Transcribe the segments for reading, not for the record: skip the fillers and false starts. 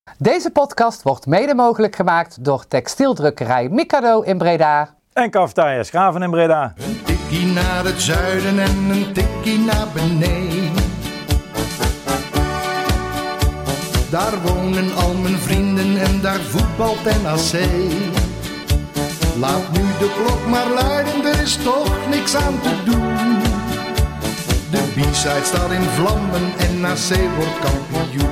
Deze podcast wordt mede mogelijk gemaakt door textieldrukkerij Mikado in Breda. En Cafetaria Schraven in Breda. Een tikkie naar het zuiden en een tikkie naar beneden. Daar wonen al mijn vrienden en daar voetbalt NAC. Laat nu de klok maar luiden, er is toch niks aan te doen. De B-side staat in vlammen en NAC wordt kampioen.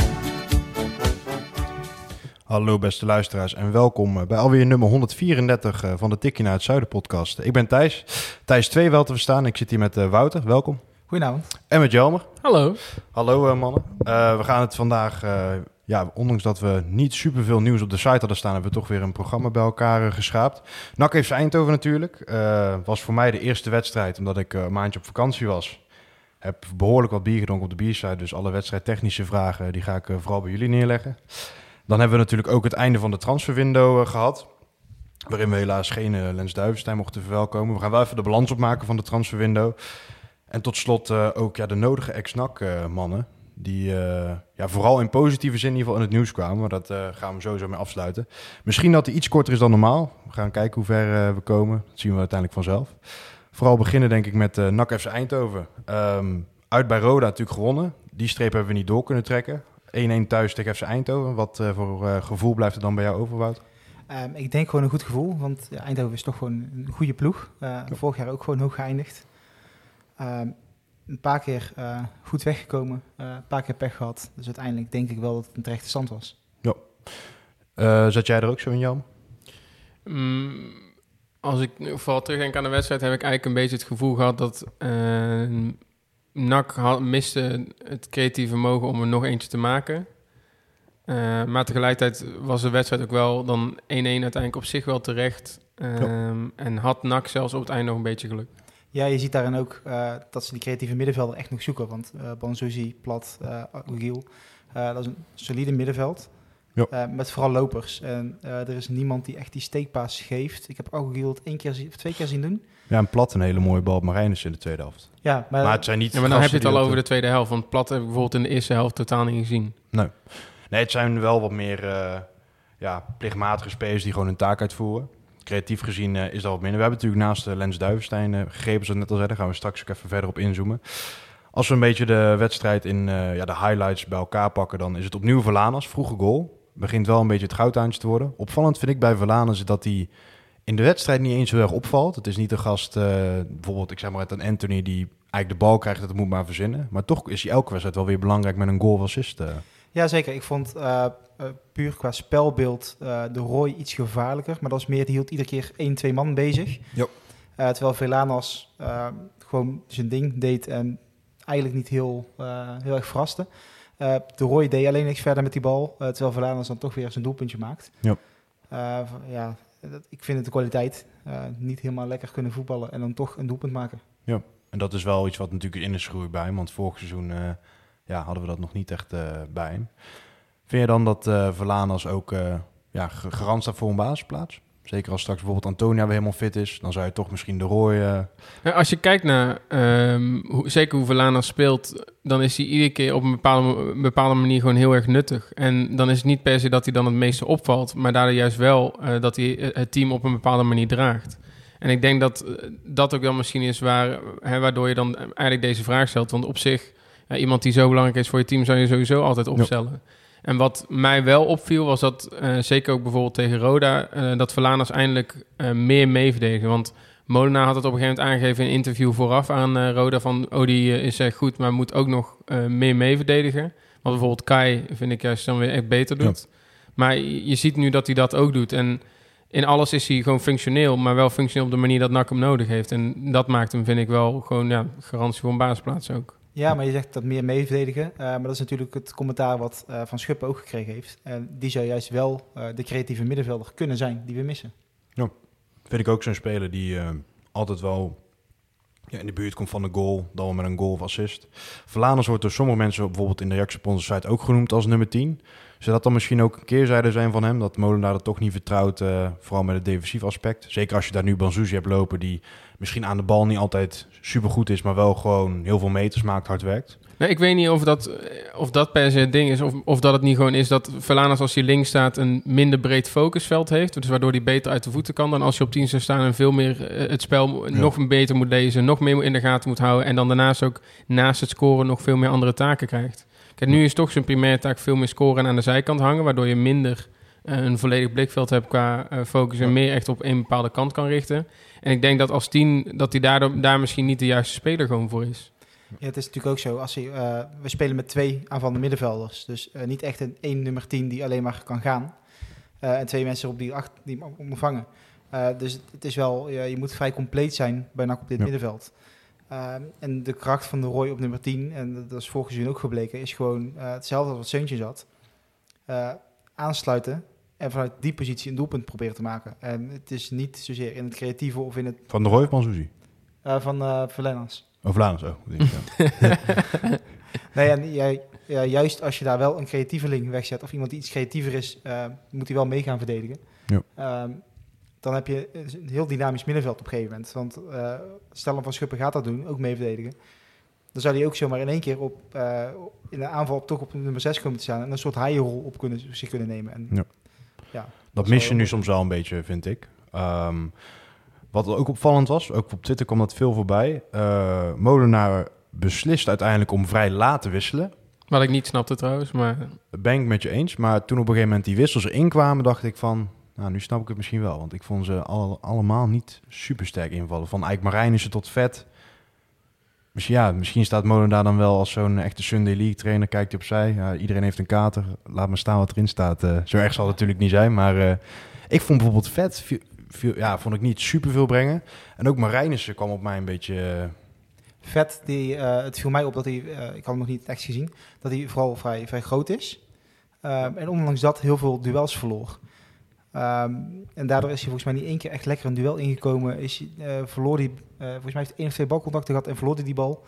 Hallo beste luisteraars en welkom bij alweer nummer 134 van de Tikkie naar het Zuiden podcast. Ik ben Thijs 2 wel te verstaan. Ik zit hier met Wouter, welkom. Goedenavond. En met Jelmer. Hallo. Hallo mannen. We gaan het vandaag, ondanks dat we niet superveel nieuws op de site hadden staan, hebben we toch weer een programma bij elkaar geschraapt. NAC heeft Eindhoven natuurlijk. Was voor mij de eerste wedstrijd, omdat ik een maandje op vakantie was. Heb behoorlijk wat bier gedronken op de biersite, dus alle wedstrijdtechnische vragen die ga ik vooral bij jullie neerleggen. Dan hebben we natuurlijk ook het einde van de transferwindow gehad, waarin we helaas geen Lens Duivenstein mochten verwelkomen. We gaan wel even de balans opmaken van de transferwindow. En tot slot ook de nodige ex-NAC-mannen, die vooral in positieve zin in ieder geval in het nieuws kwamen. Maar dat gaan we sowieso mee afsluiten. Misschien dat hij iets korter is dan normaal. We gaan kijken hoe ver we komen. Dat zien we uiteindelijk vanzelf. Vooral beginnen denk ik met NAC FC Eindhoven. Uit bij Roda natuurlijk gewonnen. Die streep hebben we niet door kunnen trekken. 1-1 thuis tegen FC Eindhoven. Wat voor gevoel blijft er dan bij jou over, Wout? Ik denk gewoon een goed gevoel, want Eindhoven is toch gewoon een goede ploeg. Vorig jaar ook gewoon hoog geëindigd. Een paar keer goed weggekomen, een paar keer pech gehad. Dus uiteindelijk denk ik wel dat het een terechte stand was. Ja. Zat jij er ook zo in, Jan? Als ik vooral terugdenk aan de wedstrijd, heb ik eigenlijk een beetje het gevoel gehad dat NAC miste het creatieve vermogen om er nog eentje te maken. Maar tegelijkertijd was de wedstrijd ook wel dan 1-1 uiteindelijk op zich wel terecht. En had NAC zelfs op het einde nog een beetje geluk. Ja, je ziet daarin ook dat ze die creatieve middenvelder echt nog zoeken. Want Banzuzi, Plat, Ogiel, dat is een solide middenveld. Ja. Met vooral lopers. En er is niemand die echt die steekpaas geeft. Ik heb Ogiel het 2 keer zien doen. Ja, en Plat een hele mooie bal op Marijnissen in de tweede helft. Ja, maar het zijn niet. Ja, maar dan heb je het al over de tweede helft. Want Plat heb ik bijvoorbeeld in de eerste helft totaal niet gezien. Nee, het zijn wel wat meer plichtmatige spelers die gewoon hun taak uitvoeren. Creatief gezien is dat wat minder. We hebben natuurlijk naast Lens Duivenstein gegrepen, zoals ik net al zei. Daar gaan we straks ook even verder op inzoomen. Als we een beetje de wedstrijd in de highlights bij elkaar pakken, dan is het opnieuw Verlanas. Vroege goal. Begint wel een beetje het goudhaantje te worden. Opvallend vind ik bij Verlanas dat hij in de wedstrijd niet eens zo erg opvalt. Het is niet een gast, bijvoorbeeld, ik zeg maar, een Anthony die eigenlijk de bal krijgt, dat het moet maar verzinnen. Maar toch is hij elke wedstrijd wel weer belangrijk met een goal of assist. Ja, zeker. Ik vond puur qua spelbeeld de Roy iets gevaarlijker. Maar dat is meer, die hield iedere keer 1-2 man bezig. Jo. Terwijl Velanas gewoon zijn ding deed en eigenlijk niet heel erg verraste. De Roy deed alleen niks verder met die bal. Terwijl Velanas dan toch weer zijn doelpuntje maakt. Jo. Ik vind het de kwaliteit. Niet helemaal lekker kunnen voetballen en dan toch een doelpunt maken. Ja, en dat is wel iets wat natuurlijk in is gegroeid bij hem. Want vorig seizoen hadden we dat nog niet echt bij hem. Vind je dan dat Verlanas ook garant staat voor een basisplaats? Zeker als straks bijvoorbeeld Antonia weer helemaal fit is. Dan zou je toch misschien de Roy... Als je kijkt naar zeker hoe Verlanas speelt, dan is hij iedere keer op een bepaalde manier gewoon heel erg nuttig. En dan is het niet per se dat hij dan het meeste opvalt, maar daardoor juist wel dat hij het team op een bepaalde manier draagt. En ik denk dat dat ook wel misschien is waardoor je dan eigenlijk deze vraag stelt. Want op zich, iemand die zo belangrijk is voor je team, zou je sowieso altijd opstellen. Ja. En wat mij wel opviel, was dat zeker ook bijvoorbeeld tegen Roda, dat Verlanas eindelijk meer meeverdedigde. Want Molenaar had het op een gegeven moment aangegeven in een interview vooraf aan Roda van, die is echt goed, maar moet ook nog meer meeverdedigen. Want bijvoorbeeld Kai vind ik juist dan weer echt beter doet. Ja. Maar je ziet nu dat hij dat ook doet. En in alles is hij gewoon functioneel, maar wel functioneel op de manier dat NAC hem nodig heeft. En dat maakt hem, vind ik, wel gewoon garantie voor een basisplaats ook. Ja, maar je zegt dat meer meeverdedigen. Maar dat is natuurlijk het commentaar wat Van Schuppen ook gekregen heeft. En die zou juist wel de creatieve middenvelder kunnen zijn die we missen. Ja, vind ik ook zo'n speler die altijd wel in de buurt komt van de goal. Dan wel met een goal of assist. Verlanas wordt door sommige mensen bijvoorbeeld in de reactie op onze site ook genoemd als nummer 10. Zou dat dan misschien ook een keerzijde zijn van hem? Dat Molenaar dat toch niet vertrouwt, vooral met het defensief aspect. Zeker als je daar nu Banzuzi hebt lopen die misschien aan de bal niet altijd supergoed is, maar wel gewoon heel veel meters maakt, hard werkt. Nee, ik weet niet of dat per se het ding is. Of dat het niet gewoon is dat Verlanas als hij links staat een minder breed focusveld heeft. Dus waardoor hij beter uit de voeten kan dan als je op 10 zou staan en veel meer het spel nog beter moet lezen. Nog meer in de gaten moet houden. En dan daarnaast ook naast het scoren nog veel meer andere taken krijgt. Kijk, nu is toch zijn primaire taak veel meer scoren en aan de zijkant hangen. Waardoor je minder een volledig blikveld hebt qua focus en meer echt op een bepaalde kant kan richten. En ik denk dat als 10 dat hij daar misschien niet de juiste speler gewoon voor is. Ja, het is natuurlijk ook zo. We spelen met 2 aanvallende middenvelders. Dus niet echt één nummer 10 die alleen maar kan gaan. En 2 mensen op die ondervangen. Dus het is wel, je moet vrij compleet zijn bij NAC op dit middenveld. En de kracht van de Roy op nummer 10, en dat is vorig seizoen ook gebleken, is gewoon hetzelfde als wat Seuntjes had. Aansluiten en vanuit die positie een doelpunt proberen te maken. En het is niet zozeer in het creatieve of in het... Van de Roy of Banzuzi? Van Verlanas. Oh, Vlaams, oh. Nee, en juist als je daar wel een creatieveling wegzet of iemand die iets creatiever is, moet hij wel mee gaan verdedigen. Ja. Dan heb je een heel dynamisch middenveld op een gegeven moment. Want stel Van Schuppen gaat dat doen, ook mee verdedigen. Dan zou hij ook zomaar in één keer in een aanval toch op nummer 6 komen te staan en een soort haaienrol op zich kunnen nemen. En, dat mis je nu soms wel een beetje, vind ik. Wat ook opvallend was, ook op Twitter kwam dat veel voorbij. Molenaar beslist uiteindelijk om vrij laat te wisselen. Wat ik niet snapte trouwens, maar... Ben ik met je eens. Maar toen op een gegeven moment die wissels erin kwamen, dacht ik van... Nou, nu snap ik het misschien wel. Want ik vond ze allemaal niet super sterk invallen. Van Eik Marijnissen tot Vet. Misschien staat Molenaar dan wel als zo'n echte Sunday League trainer. Kijkt hij opzij. Ja, iedereen heeft een kater. Laat maar staan wat erin staat. Zo erg zal het natuurlijk niet zijn. Maar ik vond bijvoorbeeld Vet... vond ik niet super veel brengen. En ook Marijnissen kwam op mij een beetje... Vet, het viel mij op dat hij... ik had hem nog niet echt gezien. Dat hij vooral vrij groot is. En ondanks dat heel veel duels verloor. En daardoor is hij volgens mij niet één keer echt lekker een duel ingekomen. Verloor hij... volgens mij heeft hij 1 of 2 balcontacten gehad en verloor hij die bal.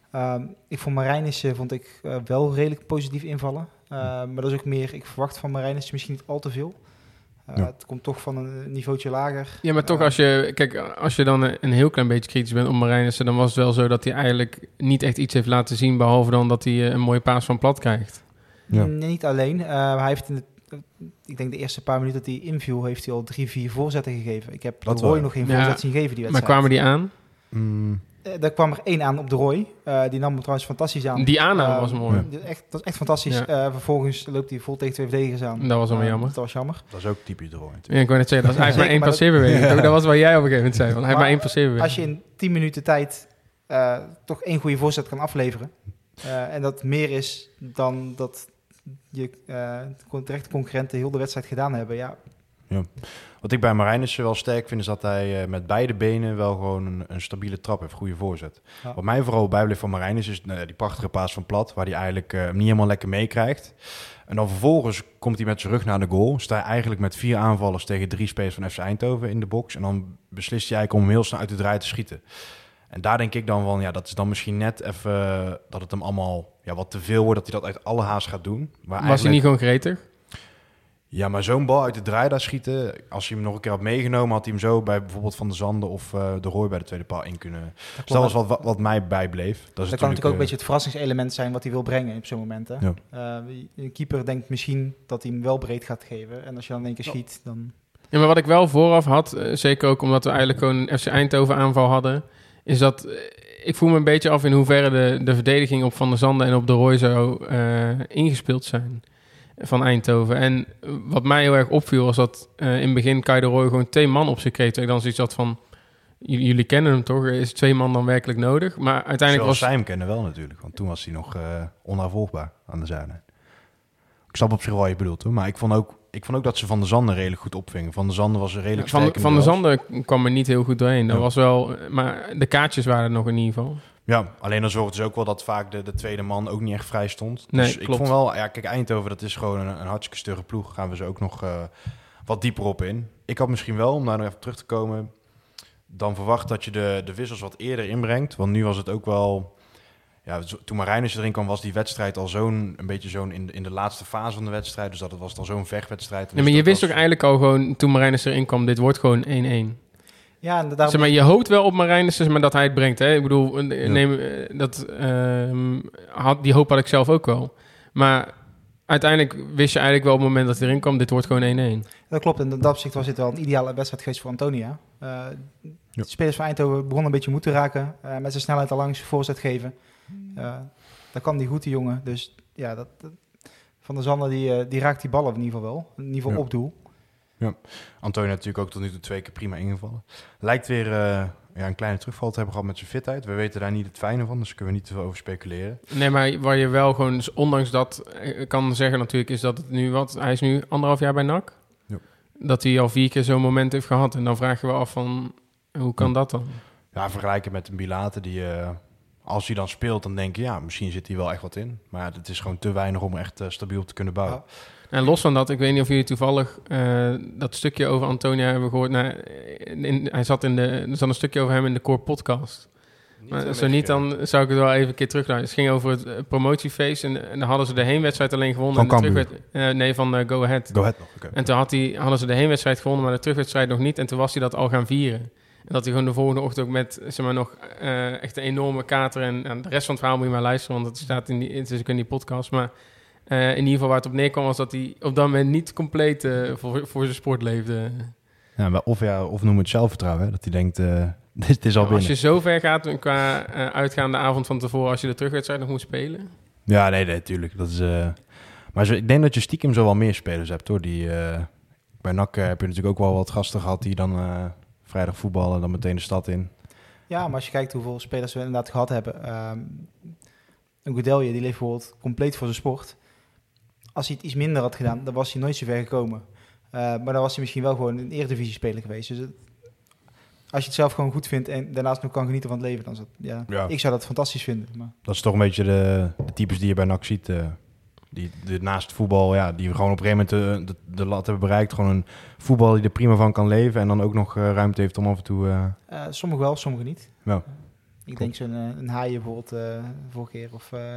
Ik vond Marijnissen wel redelijk positief invallen. Maar dat is ook meer... Ik verwacht van Marijnissen misschien niet al te veel. Het komt toch van een niveautje lager. Ja, maar toch als je dan een heel klein beetje kritisch bent op Marijnissen, dan was het wel zo dat hij eigenlijk niet echt iets heeft laten zien, behalve dan dat hij een mooie paas van Plat krijgt. Ja. Nee, niet alleen. Hij heeft ik denk de eerste paar minuten dat hij inviel, heeft hij al 3-4 voorzetten gegeven. Ik heb de Roy nog geen voorzet zien geven die wedstrijd. Maar kwamen die aan? Daar kwam er 1 aan op de Roy. Die nam hem trouwens fantastisch aan. Die aanname was mooi. Dat is echt fantastisch. Ja. Vervolgens loopt hij vol tegen 2 verdedigers aan. Dat was allemaal jammer. Dat was jammer. Dat is ook typisch de Roy. Ja, ik wou net zeggen, dat is eigenlijk maar 1 passeerbeweging. Dat was wat jij op een gegeven moment zei. Want hij heeft maar 1 passeerbeweging. Als je in 10 minuten tijd toch 1 goede voorzet kan afleveren. En dat meer is dan dat je directe concurrenten heel de wedstrijd gedaan hebben. Ja. Wat ik bij Marijnissen wel sterk vind, is dat hij met beide benen wel gewoon een stabiele trap heeft, goede voorzet. Ja. Wat mij vooral bijbleef van Marijnissen is die prachtige paas van Plat, waar hij eigenlijk niet helemaal lekker meekrijgt. En dan vervolgens komt hij met zijn rug naar de goal. Staat hij eigenlijk met 4 aanvallers tegen 3 spelers van FC Eindhoven in de box. En dan beslist hij eigenlijk om hem heel snel uit de draai te schieten. En daar denk ik dan van, ja, dat is dan misschien net even dat het hem allemaal wat te veel wordt, dat hij dat uit alle haast gaat doen. Was hij niet gewoon gretig? Ja, maar zo'n bal uit de draai daar schieten, als hij hem nog een keer had meegenomen, had hij hem zo bij bijvoorbeeld Van der Zanden of de Roy bij de tweede paal in kunnen. Dus dat was wat mij bijbleef. Dat kan natuurlijk ook een beetje het verrassingselement zijn wat hij wil brengen op zo'n moment. Hè? Ja. Een keeper denkt misschien dat hij hem wel breed gaat geven. En als je dan in één keer schiet, dan... Ja, maar wat ik wel vooraf had, zeker ook omdat we eigenlijk gewoon een FC Eindhoven aanval hadden, is dat ik voel me een beetje af in hoeverre de verdediging op Van der Zanden en op de Roy zou ingespeeld zijn van Eindhoven. En wat mij heel erg opviel was dat in het begin Kai de Roy gewoon 2 man op zich kreeg. Ik dan zoiets had van, jullie kennen hem toch? Is 2 man dan werkelijk nodig? Maar uiteindelijk zoals zij hem kennen wel natuurlijk, want toen was hij nog onnavolgbaar aan de zijlijn. Ik snap op zich wel wat je bedoelt, hoor. Maar ik vond ook dat ze Van der Zanden redelijk goed opvingen. Van der Zanden was redelijk sterk. Van der Zanden kwam er niet heel goed doorheen. Dat was wel, maar de kaartjes waren er nog in ieder geval. Ja, alleen dan zorgde ze ook wel dat vaak de tweede man ook niet echt vrij stond. Nee, dus klopt. Ik vond wel, kijk, Eindhoven, dat is gewoon een hartstikke stugge ploeg. Gaan we ze ook nog wat dieper op in. Ik had misschien wel, om daar nog even terug te komen, dan verwacht dat je de wissels wat eerder inbrengt. Want nu was het ook wel, toen Marijnissen erin kwam, was die wedstrijd al een beetje zo'n in de laatste fase van de wedstrijd. Dus dat was dan zo'n vechtwedstrijd. Nee, maar je wist toch eigenlijk al gewoon, toen Marijnissen erin kwam, dit wordt gewoon 1-1. Ja, en daarom... Zeg maar, je hoopt wel op Marijnissen, maar dat hij het brengt. Hè? Ik bedoel, die hoop had ik zelf ook wel. Maar uiteindelijk wist je eigenlijk wel op het moment dat hij erin kwam, dit wordt gewoon 1-1. Dat klopt, en in dat opzicht was dit wel een ideale wedstrijd geweest voor Antonia. De spelers van Eindhoven begonnen een beetje moe te raken. Met zijn snelheid al langs voorzet geven. Dat kan die goed, die jongen. Dus ja, Van der Zanden die raakt die ballen in ieder geval wel. In ieder geval op doel. Ja, Antonia natuurlijk ook tot nu toe 2 keer prima ingevallen. Lijkt weer een kleine terugval te hebben gehad met zijn fitheid. We weten daar niet het fijne van, dus daar kunnen we niet te veel over speculeren. Nee, maar waar je wel gewoon, ondanks dat kan zeggen natuurlijk, is dat het nu hij is nu 1,5 jaar bij NAC. Ja. Dat hij al 4 keer zo'n moment heeft gehad. En dan vraag je wel af van, hoe kan dat dan? Ja, vergelijken met een Bilate die... als hij dan speelt, dan denk je, misschien zit hij wel echt wat in. Maar het is gewoon te weinig om echt stabiel te kunnen bouwen. Ja. En los van dat, ik weet niet of jullie toevallig dat stukje over Antonia hebben gehoord. Er zat een stukje over hem in de Core podcast. Maar zo niet, dan zou ik het wel even een keer terugluisteren. Het ging over het promotiefeest en dan hadden ze de heenwedstrijd alleen gewonnen. Van Cambuur? Van Go Ahead. Go Ahead nog, okay. En toen hadden ze de heenwedstrijd gewonnen, maar de terugwedstrijd nog niet. En toen was hij dat al gaan vieren. En dat hij gewoon de volgende ochtend ook met, nog echt een enorme kater. En de rest van het verhaal moet je maar luisteren, want het staat het is ook in die podcast. Maar in ieder geval waar het op neerkwam, was dat hij op dat moment niet compleet voor zijn sport leefde. Ja, of noem het zelfvertrouwen, hè? Dat hij denkt, dit is al binnen. Als je zo ver gaat qua uitgaande avond van tevoren, als je de terugwedstrijd nog moet spelen. Ja, nee, natuurlijk. Dat is, maar ik denk dat je stiekem zo wel meer spelers hebt, hoor. Bij NAC heb je natuurlijk ook wel wat gasten gehad die dan vrijdag voetballen, dan meteen de stad in. Ja, maar als je kijkt hoeveel spelers we inderdaad gehad hebben. Een Goudelje, die leeft bijvoorbeeld compleet voor zijn sport. Als hij het iets minder had gedaan, dan was hij nooit zo ver gekomen. Maar dan was hij misschien wel gewoon een Eredivisie speler geweest. Dus als je het zelf gewoon goed vindt en daarnaast nog kan genieten van het leven, dan is dat, ik zou dat fantastisch vinden. Maar. Dat is toch een beetje de types die je bij NAC ziet. Die naast voetbal, die gewoon op een gegeven moment de lat hebben bereikt. Gewoon een voetbal die er prima van kan leven en dan ook nog ruimte heeft om af en toe... Sommigen wel, sommigen niet. Ja. Ik denk zo'n Haaien bijvoorbeeld vorige keer.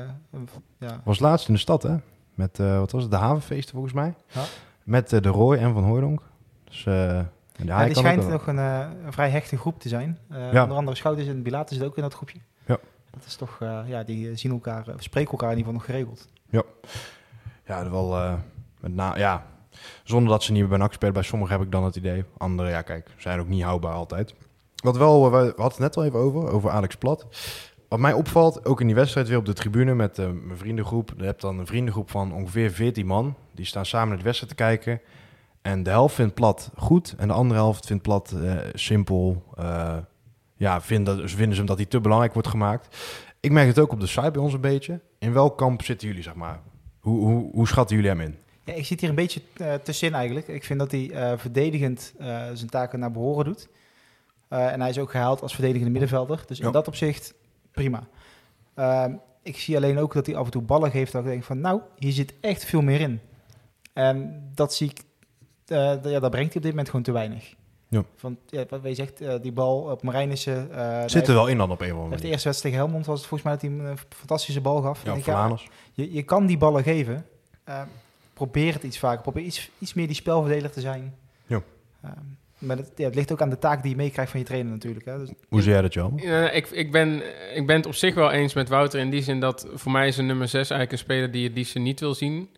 Was laatst in de stad, hè? Met, wat was het, de havenfeesten volgens mij. Ja. Met de Roy en Van Hooijdonk. Dus, die schijnt nog een vrij hechte groep te zijn. Onder andere Schouters en Bilate zit ook in dat groepje. Ja. Dat is toch, die zien elkaar, spreken elkaar in ieder geval nog geregeld. Ja, ja, zonder dat ze niet meer bij NAC spelen. Bij sommigen heb ik dan het idee. Anderen, zijn ook niet houdbaar altijd. We hadden het net al even over Alex Plat. Wat mij opvalt, ook in die wedstrijd weer op de tribune met mijn vriendengroep. Je hebt dan een vriendengroep van ongeveer 14 man. Die staan samen naar de wedstrijd te kijken. En de helft vindt Plat goed. En de andere helft vindt Plat simpel. Vinden ze hem dat hij te belangrijk wordt gemaakt. Ik merk het ook op de site bij ons een beetje. In welk kamp zitten jullie, zeg maar? Hoe schatten jullie hem in? Ja, ik zit hier een beetje tussenin eigenlijk. Ik vind dat hij verdedigend zijn taken naar behoren doet. En hij is ook gehaald als verdedigende middenvelder. Dus in dat opzicht prima. Ik zie alleen ook dat hij af en toe ballen geeft. Dat ik denk van, hier zit echt veel meer in. En dat zie ik, daar brengt hij op dit moment gewoon te weinig. Ja. Want wat wij zegt, die bal op Marijnissen... zit er wel in dan op een of andere manier. De eerste wedstrijd tegen Helmond was het volgens mij dat hij een fantastische bal gaf. Ja, Verlaners. Je kan die ballen geven. Probeer het iets vaker. Probeer iets meer die spelverdeler te zijn. Ja. Maar het ligt ook aan de taak die je meekrijgt van je trainer natuurlijk. Hè. Dus, hoe zie jij dat, Jan? Ik ben het op zich wel eens met Wouter in die zin dat voor mij is een nummer 6 eigenlijk een speler die je het liefst niet wil zien.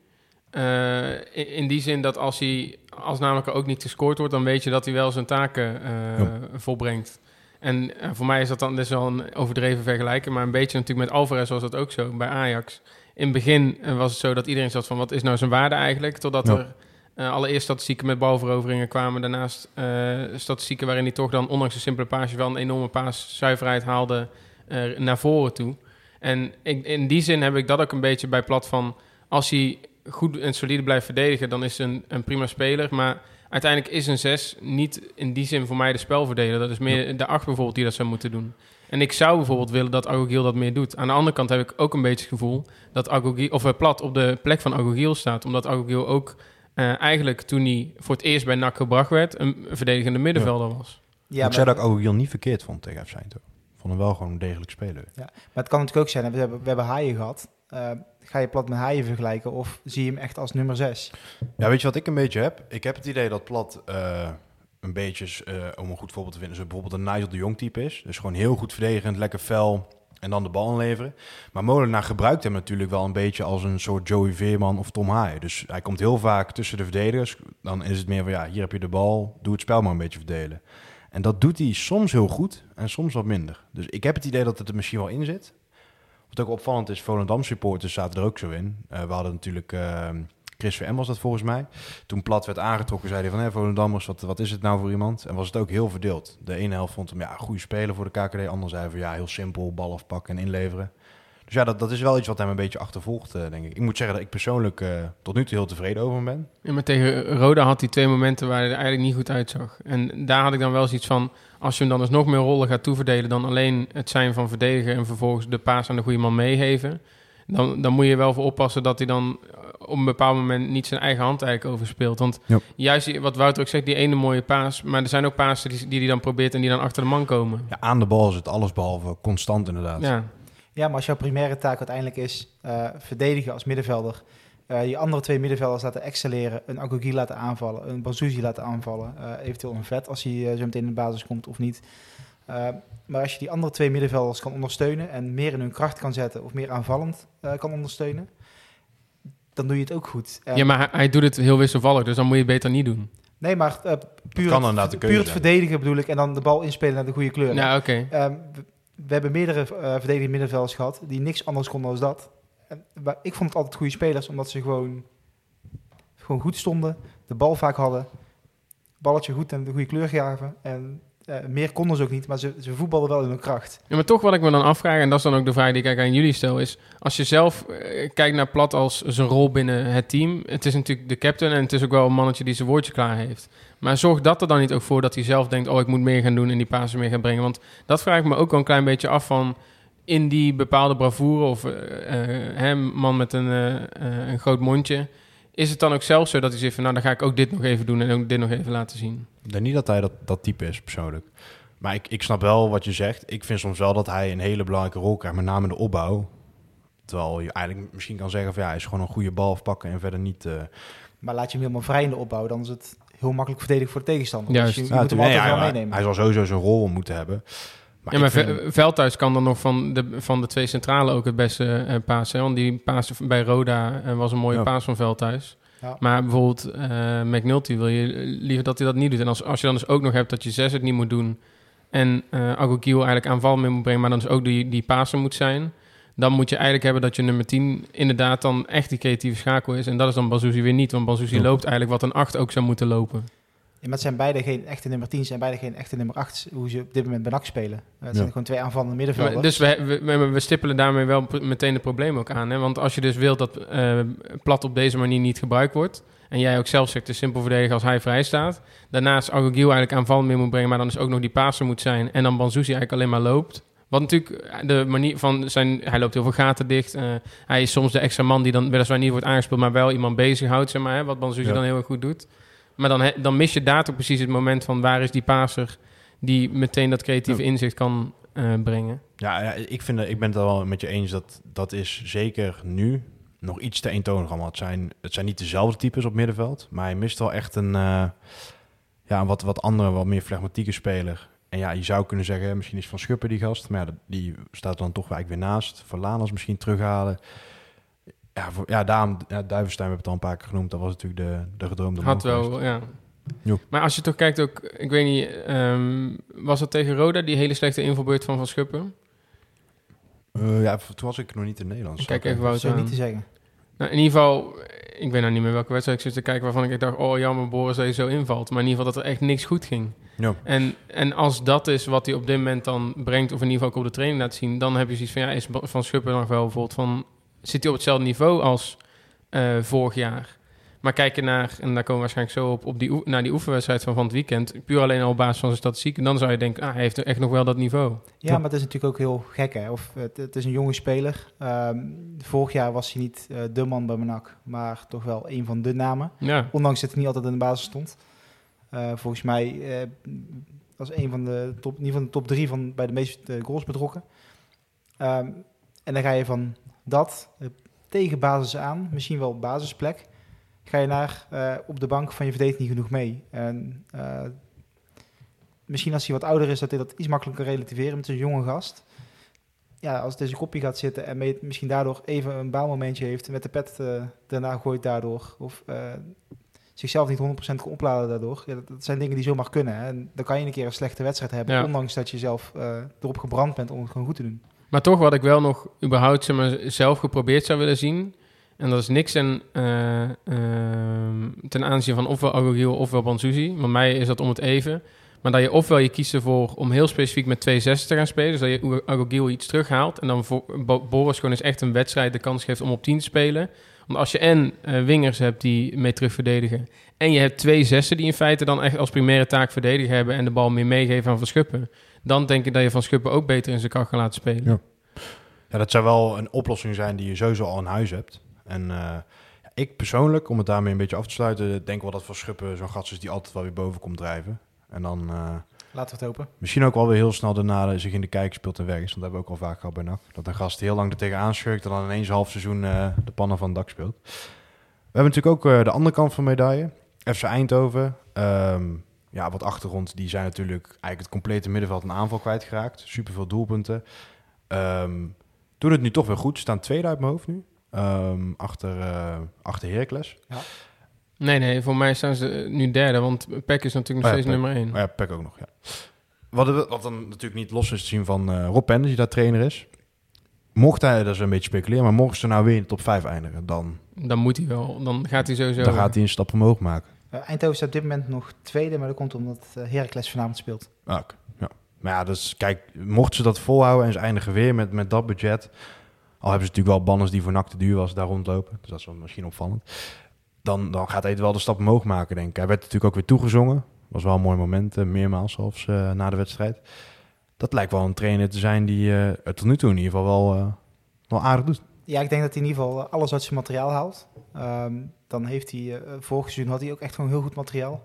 In die zin dat als namelijk er ook niet gescoord wordt, dan weet je dat hij wel zijn taken volbrengt. En voor mij is dat dan wel een overdreven vergelijking, maar een beetje natuurlijk met Alvarez was dat ook zo bij Ajax. In het begin was het zo dat iedereen zat van wat is nou zijn waarde eigenlijk, totdat er allereerst statistieken met balveroveringen kwamen, daarnaast statistieken waarin hij toch dan ondanks een simpele paasje wel een enorme paaszuiverheid haalde naar voren toe. En in die zin heb ik dat ook een beetje bij Plat van als hij goed en solide blijft verdedigen, dan is hij een prima speler. Maar uiteindelijk is een 6 niet in die zin voor mij de spelverdeler. Dat is meer de 8 bijvoorbeeld die dat zou moeten doen. En ik zou bijvoorbeeld willen dat Agogiel dat meer doet. Aan de andere kant heb ik ook een beetje het gevoel dat Plat op de plek van Agogiel staat. Omdat Agogiel ook eigenlijk toen hij voor het eerst bij NAC gebracht werd, een verdedigende middenvelder was. Ja, ik zei dat ik Agogiel niet verkeerd vond tegen FC Eindhoven. vond hem wel gewoon een degelijk speler. Ja, maar het kan natuurlijk ook zijn, we hebben Haaien gehad. Ga je Plat met Haaien vergelijken of zie je hem echt als nummer 6? Ja, weet je wat ik een beetje heb? Ik heb het idee dat Plat een beetje, om een goed voorbeeld te vinden, zo bijvoorbeeld een Nigel de Jong type is. Dus gewoon heel goed verdedigend, lekker fel en dan de bal inleveren. Maar Molenaar gebruikt hem natuurlijk wel een beetje als een soort Joey Veerman of Tom Haaien. Dus hij komt heel vaak tussen de verdedigers. Dan is het meer van, ja, hier heb je de bal, doe het spel maar een beetje verdelen. En dat doet hij soms heel goed en soms wat minder. Dus ik heb het idee dat het er misschien wel in zit. Wat ook opvallend is, Volendam supporters zaten er ook zo in. We hadden natuurlijk Chris VM was dat volgens mij. Toen Plat werd aangetrokken, zei hij van Volendammers, wat is het nou voor iemand? En was het ook heel verdeeld. De ene helft vond hem goede speler voor de KKD. De andere zei van heel simpel, bal afpakken en inleveren. Dus ja, dat is wel iets wat hem een beetje achtervolgt, denk ik. Ik moet zeggen dat ik persoonlijk tot nu toe heel tevreden over hem ben. Ja, maar tegen Roda had hij 2 momenten waar hij er eigenlijk niet goed uitzag. En daar had ik dan wel zoiets van, als je hem dan dus nog meer rollen gaat toeverdelen dan alleen het zijn van verdediger en vervolgens de paas aan de goede man meegeven, dan moet je wel voor oppassen dat hij dan op een bepaald moment niet zijn eigen hand eigenlijk overspeelt. Want juist wat Wouter ook zegt, die ene mooie paas, maar er zijn ook paasen die hij dan probeert en die dan achter de man komen. Ja, aan de bal is het allesbehalve constant inderdaad. Ja, maar als jouw primaire taak uiteindelijk is verdedigen als middenvelder, je andere 2 middenvelders laten excelleren, een Agogi laten aanvallen, een Banzuzi laten aanvallen, eventueel een Vet als hij zo meteen in de basis komt of niet. Maar als je die andere 2 middenvelders kan ondersteunen en meer in hun kracht kan zetten of meer aanvallend kan ondersteunen, dan doe je het ook goed. Ja, maar hij doet het heel wisselvallig, dus dan moet je het beter niet doen. Nee, maar puur het verdedigen bedoel ik en dan de bal inspelen naar de goede kleur. Ja, oké. We hebben meerdere verdedigende middenvelders gehad die niks anders konden dan dat. Ik vond het altijd goede spelers, omdat ze gewoon goed stonden, de bal vaak hadden, balletje goed en de goede kleur gaven. En meer konden ze ook niet, maar ze voetbalden wel in hun kracht. Ja, maar toch wat ik me dan afvraag, en dat is dan ook de vraag die ik aan jullie stel, is als je zelf kijkt naar Plat als zijn rol binnen het team. Het is natuurlijk de captain en het is ook wel een mannetje die zijn woordje klaar heeft. Maar zorgt dat er dan niet ook voor dat hij zelf denkt, ik moet meer gaan doen en die pasen meer gaan brengen? Want dat vraag ik me ook wel een klein beetje af van in die bepaalde bravoure of man met een groot mondje. Is het dan ook zelf zo dat hij zegt van dan ga ik ook dit nog even doen en ook dit nog even laten zien? Ik denk niet dat hij dat type is persoonlijk. Maar ik snap wel wat je zegt. Ik vind soms wel dat hij een hele belangrijke rol krijgt, met name in de opbouw. Terwijl je eigenlijk misschien kan zeggen van hij is gewoon een goede bal afpakken en verder niet. Maar laat je hem helemaal vrij in de opbouw, dan is het heel makkelijk verdedigen voor de tegenstander. Juist. Dus je moet hem altijd wel meenemen. Hij zal sowieso zijn rol moeten hebben. Maar Veldhuis kan dan nog van de 2 centralen ook het beste pasen. Want die paas bij Roda was een mooie paas van Veldhuis. Ja. Maar bijvoorbeeld McNulty wil je liever dat hij dat niet doet. En als je dan dus ook nog hebt dat je 6 het niet moet doen en Agogiel eigenlijk aanval mee moet brengen, maar dan dus ook die paser moet zijn, dan moet je eigenlijk hebben dat je nummer 10 inderdaad dan echt die creatieve schakel is. En dat is dan Banzuzi weer niet, want Banzuzi loopt eigenlijk wat een 8 ook zou moeten lopen. Ja, maar het zijn beide geen echte nummer 10, zijn beide geen echte nummer 8, hoe ze op dit moment bij NAC spelen. Het zijn gewoon 2 aanvallende middenvelders. Ja, dus we stippelen daarmee wel meteen de probleem ook aan. Hè? Want als je dus wilt dat Plat op deze manier niet gebruikt wordt, en jij ook zelf zegt, de simpel verdedigen als hij vrij staat, daarnaast Agogiel eigenlijk aanval meer moet brengen, maar dan dus ook nog die paser moet zijn, en dan Banzuzi eigenlijk alleen maar loopt. Wat natuurlijk de manier van zijn, hij loopt heel veel gaten dicht. Hij is soms de extra man die dan weliswaar niet wordt aangespeeld, maar wel iemand bezighoudt, zeg maar, hè, wat Banzuzi dan heel erg goed doet. Maar dan mis je daar toch precies het moment van waar is die paser die meteen dat creatieve inzicht kan brengen. Ja, ik ben het wel met je eens dat is zeker nu nog iets te eentonig allemaal. Het zijn niet dezelfde types op middenveld, maar hij mist wel echt een wat andere, wat meer flegmatieke speler. En ja, je zou kunnen zeggen, misschien is Van Schuppen die gast, maar die staat dan toch eigenlijk weer naast. Verlanas misschien terughalen. Daarom, Duivenstein hebben het al een paar keer genoemd. Dat was natuurlijk de gedroomde man. Had wel, ja. Jo. Maar als je toch kijkt ook, ik weet niet, was het tegen Roda die hele slechte invalbeurt van Schuppen? Toen was ik nog niet in Nederland. Kijk even wat het niet te zeggen. Nou, in ieder geval, ik weet nou niet meer welke wedstrijd ik zit te kijken waarvan ik dacht, jammer Boris dat hij zo invalt. Maar in ieder geval dat er echt niks goed ging. Ja. En als dat is wat hij op dit moment dan brengt, of in ieder geval ook op de training laat zien, dan heb je zoiets van, is Van Schuppen nog wel bijvoorbeeld van, zit hij op hetzelfde niveau als vorig jaar? Maar kijk je naar, en daar komen we waarschijnlijk zo op naar die oefenwedstrijd van het weekend, puur alleen al op basis van zijn statistieken, dan zou je denken, hij heeft echt nog wel dat niveau. Ja, maar het is natuurlijk ook heel gek, hè? Of het is een jonge speler. Vorig jaar was hij niet de man bij NAC, maar toch wel een van de namen. Ja. Ondanks dat hij niet altijd in de basis stond. Volgens mij, als een van de top, in ieder geval de top 3 van bij de meeste goals betrokken. En dan ga je van dat tegen basis aan, misschien wel basisplek, ga je naar op de bank van je verdedigt niet genoeg mee. En misschien als hij wat ouder is, dat hij dat iets makkelijker relativeren met een jonge gast. Ja, als het in zijn kopje gaat zitten en misschien daardoor even een baalmomentje heeft en met de pet daarna gooit daardoor, of zichzelf niet 100% kan opladen daardoor. Ja, dat zijn dingen die zomaar kunnen. Hè. En dan kan je een keer een slechte wedstrijd hebben, ondanks dat je zelf erop gebrand bent om het gewoon goed te doen. Maar toch wat ik wel nog überhaupt zelf geprobeerd zou willen zien, en dat is niks ten aanzien van ofwel Agogiel ofwel Banzuzi. Want mij is dat om het even. Maar dat je ofwel je kiest ervoor om heel specifiek met 2 6 te gaan spelen. Dus dat je Agogiel iets terughaalt. En dan voor Boris gewoon eens echt een wedstrijd de kans geeft om op 10 te spelen. Want als je wingers hebt die mee terug verdedigen. En je hebt 2 6'en die in feite dan echt als primaire taak verdedigen hebben. En de bal meer meegeven aan Van Schuppen. Dan denk ik dat je Van Schuppen ook beter in zijn kracht gaat laten spelen. Ja, dat zou wel een oplossing zijn die je sowieso al in huis hebt. En ik persoonlijk, om het daarmee een beetje af te sluiten, denk wel dat Van Schuppen zo'n gast is die altijd wel weer boven komt drijven. En dan laten we het hopen. Misschien ook wel weer heel snel daarna zich in de kijker speelt en weg is. Want dat hebben we ook al vaak gehad bij NAC. Dat een gast heel lang er tegenaan schurkt en dan ineens een half seizoen de pannen van het dak speelt. We hebben natuurlijk ook de andere kant van de medaille. FC Eindhoven. Wat achtergrond. Die zijn natuurlijk eigenlijk het complete middenveld en aanval kwijtgeraakt. Superveel doelpunten. Doen het nu toch weer goed. Ze staan tweede uit mijn hoofd nu. Achter Heracles. Ja. Nee, voor mij staan ze nu derde, want PEC is natuurlijk nog steeds nummer 1. Ja, PEC ook nog, ja. Wat dan natuurlijk niet los is te zien van Rob Penders, die daar trainer is. Mocht hij, dat is een beetje speculeren, maar mocht ze nou weer in de top 5 eindigen, dan moet hij wel. Dan gaat hij sowieso. Dan gaat hij een stap omhoog maken. Eindhoven is op dit moment nog tweede, maar dat komt omdat Heracles vanavond speelt. Okay, ja. Maar ja, dus kijk, mocht ze dat volhouden en ze eindigen weer met dat budget, al hebben ze natuurlijk wel banners die voor NAC te duur was daar rondlopen, dus dat is wel misschien opvallend. Dan gaat hij wel de stap omhoog maken, denk ik. Hij werd natuurlijk ook weer toegezongen. Was wel een mooi moment, meermaals zelfs na de wedstrijd. Dat lijkt wel een trainer te zijn die het tot nu toe in ieder geval wel aardig doet. Ja, ik denk dat hij in ieder geval alles uit zijn materiaal haalt. Dan heeft hij, vorig seizoen had hij ook echt gewoon heel goed materiaal.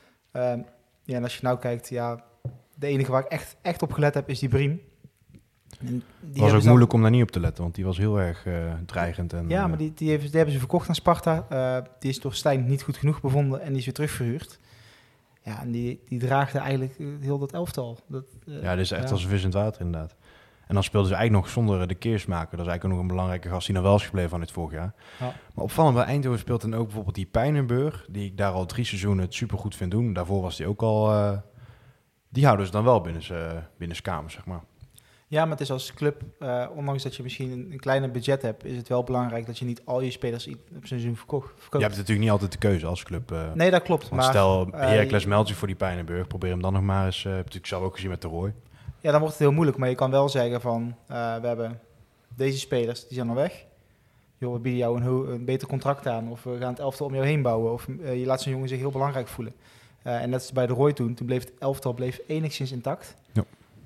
En als je nou kijkt, de enige waar ik echt op gelet heb is die Briem. Het was ook moeilijk om daar niet op te letten, want die was heel erg dreigend. Maar die hebben ze verkocht aan Sparta. Die is door Stijn niet goed genoeg bevonden en die is weer terugverhuurd. Ja, en die draagde eigenlijk heel dat elftal. Dat is echt als een vis in het water inderdaad. En dan speelden ze eigenlijk nog zonder de Keersmaker. Dat is eigenlijk ook nog een belangrijke gast die nog wel is gebleven van dit vorig jaar. Ja. Maar opvallend bij Eindhoven speelt dan ook bijvoorbeeld die Pijnenburg, die ik daar al 3 seizoenen het supergoed vind doen. Daarvoor was die ook al... die houden ze dan wel binnen zijn kamer, zeg maar. Ja, maar het is als club, ondanks dat je misschien een kleiner budget hebt, is het wel belangrijk dat je niet al je spelers op zijn seizoen verkoopt. Je hebt natuurlijk niet altijd de keuze als club. Nee, dat klopt. Maar stel, Heracles meldt zich voor die Pijnenburg, probeer hem dan nog maar eens. Heb je natuurlijk zelf ook gezien met de Roy. Ja, dan wordt het heel moeilijk, maar je kan wel zeggen van, we hebben deze spelers, die zijn al weg. Joh, we bieden jou een beter contract aan, of we gaan het elftal om jou heen bouwen, of je laat zo'n jongen zich heel belangrijk voelen. En dat is bij de Roy toen bleef het elftal enigszins intact. Ja.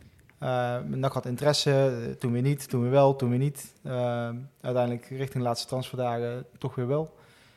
NAC had interesse, toen weer niet, toen weer wel, toen weer niet. Uiteindelijk richting de laatste transferdagen toch weer wel.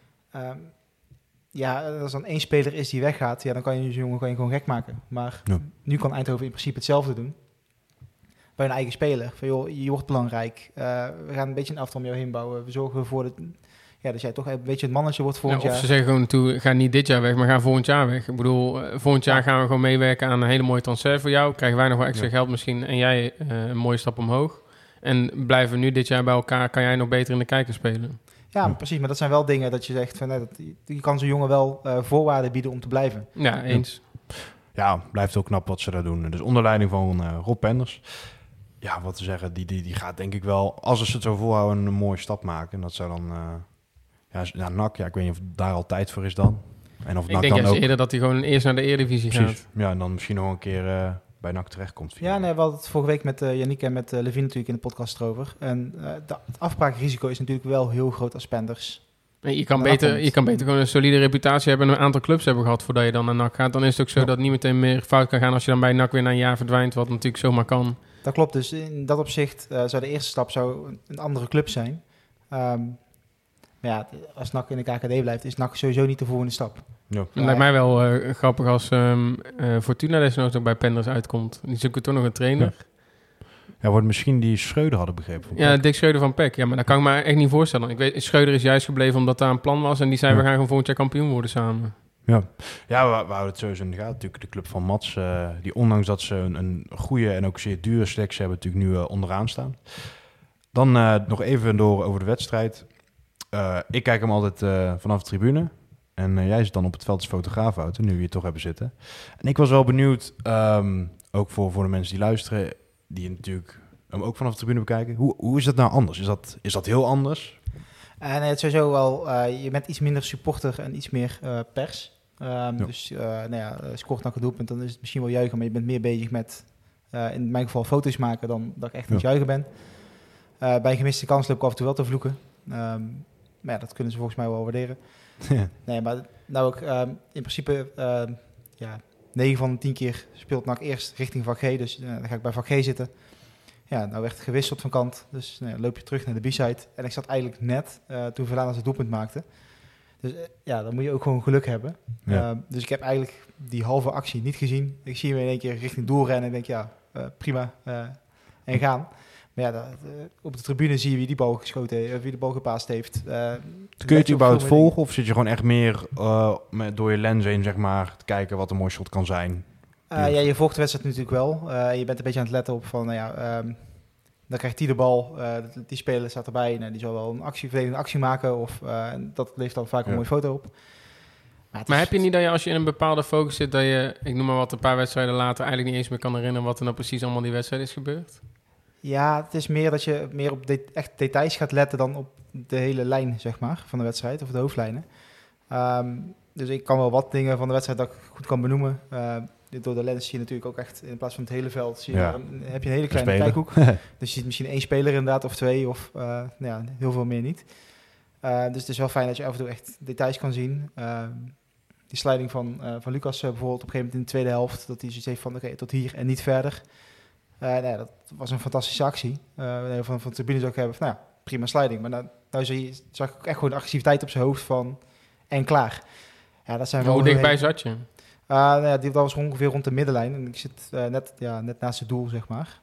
Als dan 1 speler is die weggaat, dan kan je jongen gewoon gek maken. Maar nu kan Eindhoven in principe hetzelfde doen. Bij een eigen speler. Van, joh, je wordt belangrijk. We gaan een beetje een elftal om jou heen bouwen. We zorgen ervoor dat jij toch een beetje het mannetje wordt volgend jaar. Of ze zeggen gewoon, ga niet dit jaar weg, maar ga volgend jaar weg. Ik bedoel, volgend jaar gaan we gewoon meewerken aan een hele mooie transfer voor jou. Krijgen wij nog wel extra geld misschien en jij een mooie stap omhoog. En blijven we nu dit jaar bij elkaar, kan jij nog beter in de kijker spelen. Ja, precies. Maar dat zijn wel dingen dat je zegt, van, je kan zo'n jongen wel voorwaarden bieden om te blijven. Ja, eens. Ja, blijft ook knap wat ze daar doen. Dus onder leiding van Rob Penders. Ja, wat te zeggen, die gaat denk ik wel, als ze het zo volhouden, een mooie stap maken. En dat zou dan... NAC, ik weet niet of daar al tijd voor is dan. En of ik denk juist eerder dat hij gewoon eerst naar de Eredivisie gaat. Ja, en dan misschien nog een keer bij NAC terechtkomt. Ja, we hadden het vorige week met Yannick en met Levine natuurlijk in de podcast erover. En het afbraakrisico is natuurlijk wel heel groot als Penders. Je kan beter gewoon een solide reputatie hebben en een aantal clubs hebben gehad voordat je dan naar NAC gaat. Dan is het ook zo dat het niet meteen meer fout kan gaan als je dan bij NAC weer na een jaar verdwijnt, wat natuurlijk zomaar kan. Dat klopt, dus in dat opzicht zou de eerste stap een andere club zijn. Maar als NAC in de KKD blijft, is NAC sowieso niet de volgende stap. Ja. Het lijkt mij wel grappig als Fortuna desnoods ook bij Penders uitkomt. Die zoeken toch nog een trainer. Ja, wordt misschien die Schreuder hadden begrepen. Ja, Dick Schreuder van PEC. Ja, maar dat kan ik me echt niet voorstellen. Ik weet, Schreuder is juist gebleven omdat daar een plan was. En die zei, we gaan gewoon volgend jaar kampioen worden samen. Ja, we houden het sowieso in de gaten. Natuurlijk de club van Mats, die ondanks dat ze een goede en ook zeer dure selectie hebben, natuurlijk nu onderaan staan. Dan nog even door over de wedstrijd. Ik kijk hem altijd vanaf de tribune. En jij zit dan op het veld als fotograafauto, nu we hier toch hebben zitten. En ik was wel benieuwd, ook voor de mensen die luisteren, die natuurlijk hem ook vanaf de tribune bekijken. Hoe is dat nou anders? Is dat heel anders? Nee, het is sowieso wel, je bent iets minder supporter en iets meer pers. Dus scoort nog een doelpunt, dan is het misschien wel juichen, maar je bent meer bezig met, in mijn geval, foto's maken dan dat ik echt aan het juichen ben. Bij gemiste kans loop ik af en toe wel te vloeken. Maar ja, dat kunnen ze volgens mij wel waarderen. Ja. Nee, maar nou ook in principe 9 van de 10 keer speelt NAC eerst richting vak G. Dus dan ga ik bij vak G zitten. Ja, nou werd gewisseld van kant. Dus loop je terug naar de B-side. En ik zat eigenlijk net toen Verlaanders het doelpunt maakte. Dus dan moet je ook gewoon geluk hebben. Ja. Dus ik heb eigenlijk die halve actie niet gezien. Ik zie hem in één keer richting doel rennen en denk prima en gaan. Maar ja, op de tribune zie je wie die bal geschoten heeft, wie de bal gepaast heeft. Kun je het überhaupt volgen of zit je gewoon echt meer door je lens heen, zeg maar, te kijken wat een mooi shot kan zijn? Je volgt de wedstrijd natuurlijk wel. Je bent een beetje aan het letten op van, dan krijgt hij de bal, die speler staat erbij. Die zal wel een verdedigende actie maken of dat levert dan vaak een mooie foto op. Maar heb je niet dat je als je in een bepaalde focus zit, dat je, ik noem maar wat, een paar wedstrijden later eigenlijk niet eens meer kan herinneren wat er nou precies allemaal die wedstrijd is gebeurd? Ja, het is meer dat je meer op echt details gaat letten dan op de hele lijn, zeg maar, van de wedstrijd, of de hoofdlijnen. Dus ik kan wel wat dingen van de wedstrijd dat ik goed kan benoemen. Door de lens zie je natuurlijk ook echt, in plaats van het hele veld, heb je een hele kleine kijkhoek. Dus je ziet misschien 1 speler inderdaad, of 2, of heel veel meer niet. Dus het is wel fijn dat je af en toe echt details kan zien. Die sliding van Lucas bijvoorbeeld op een gegeven moment in de tweede helft, dat hij zoiets heeft van oké, tot hier en niet verder. Dat was een fantastische actie. Van de tribune zou ik hebben van, prima sliding. Maar nou zag ik echt gewoon de agressiviteit op zijn hoofd van en klaar. Ja, dat zijn wel hoe dichtbij zat je? Dat was ongeveer rond de middenlijn. En ik zit net naast het doel, zeg maar.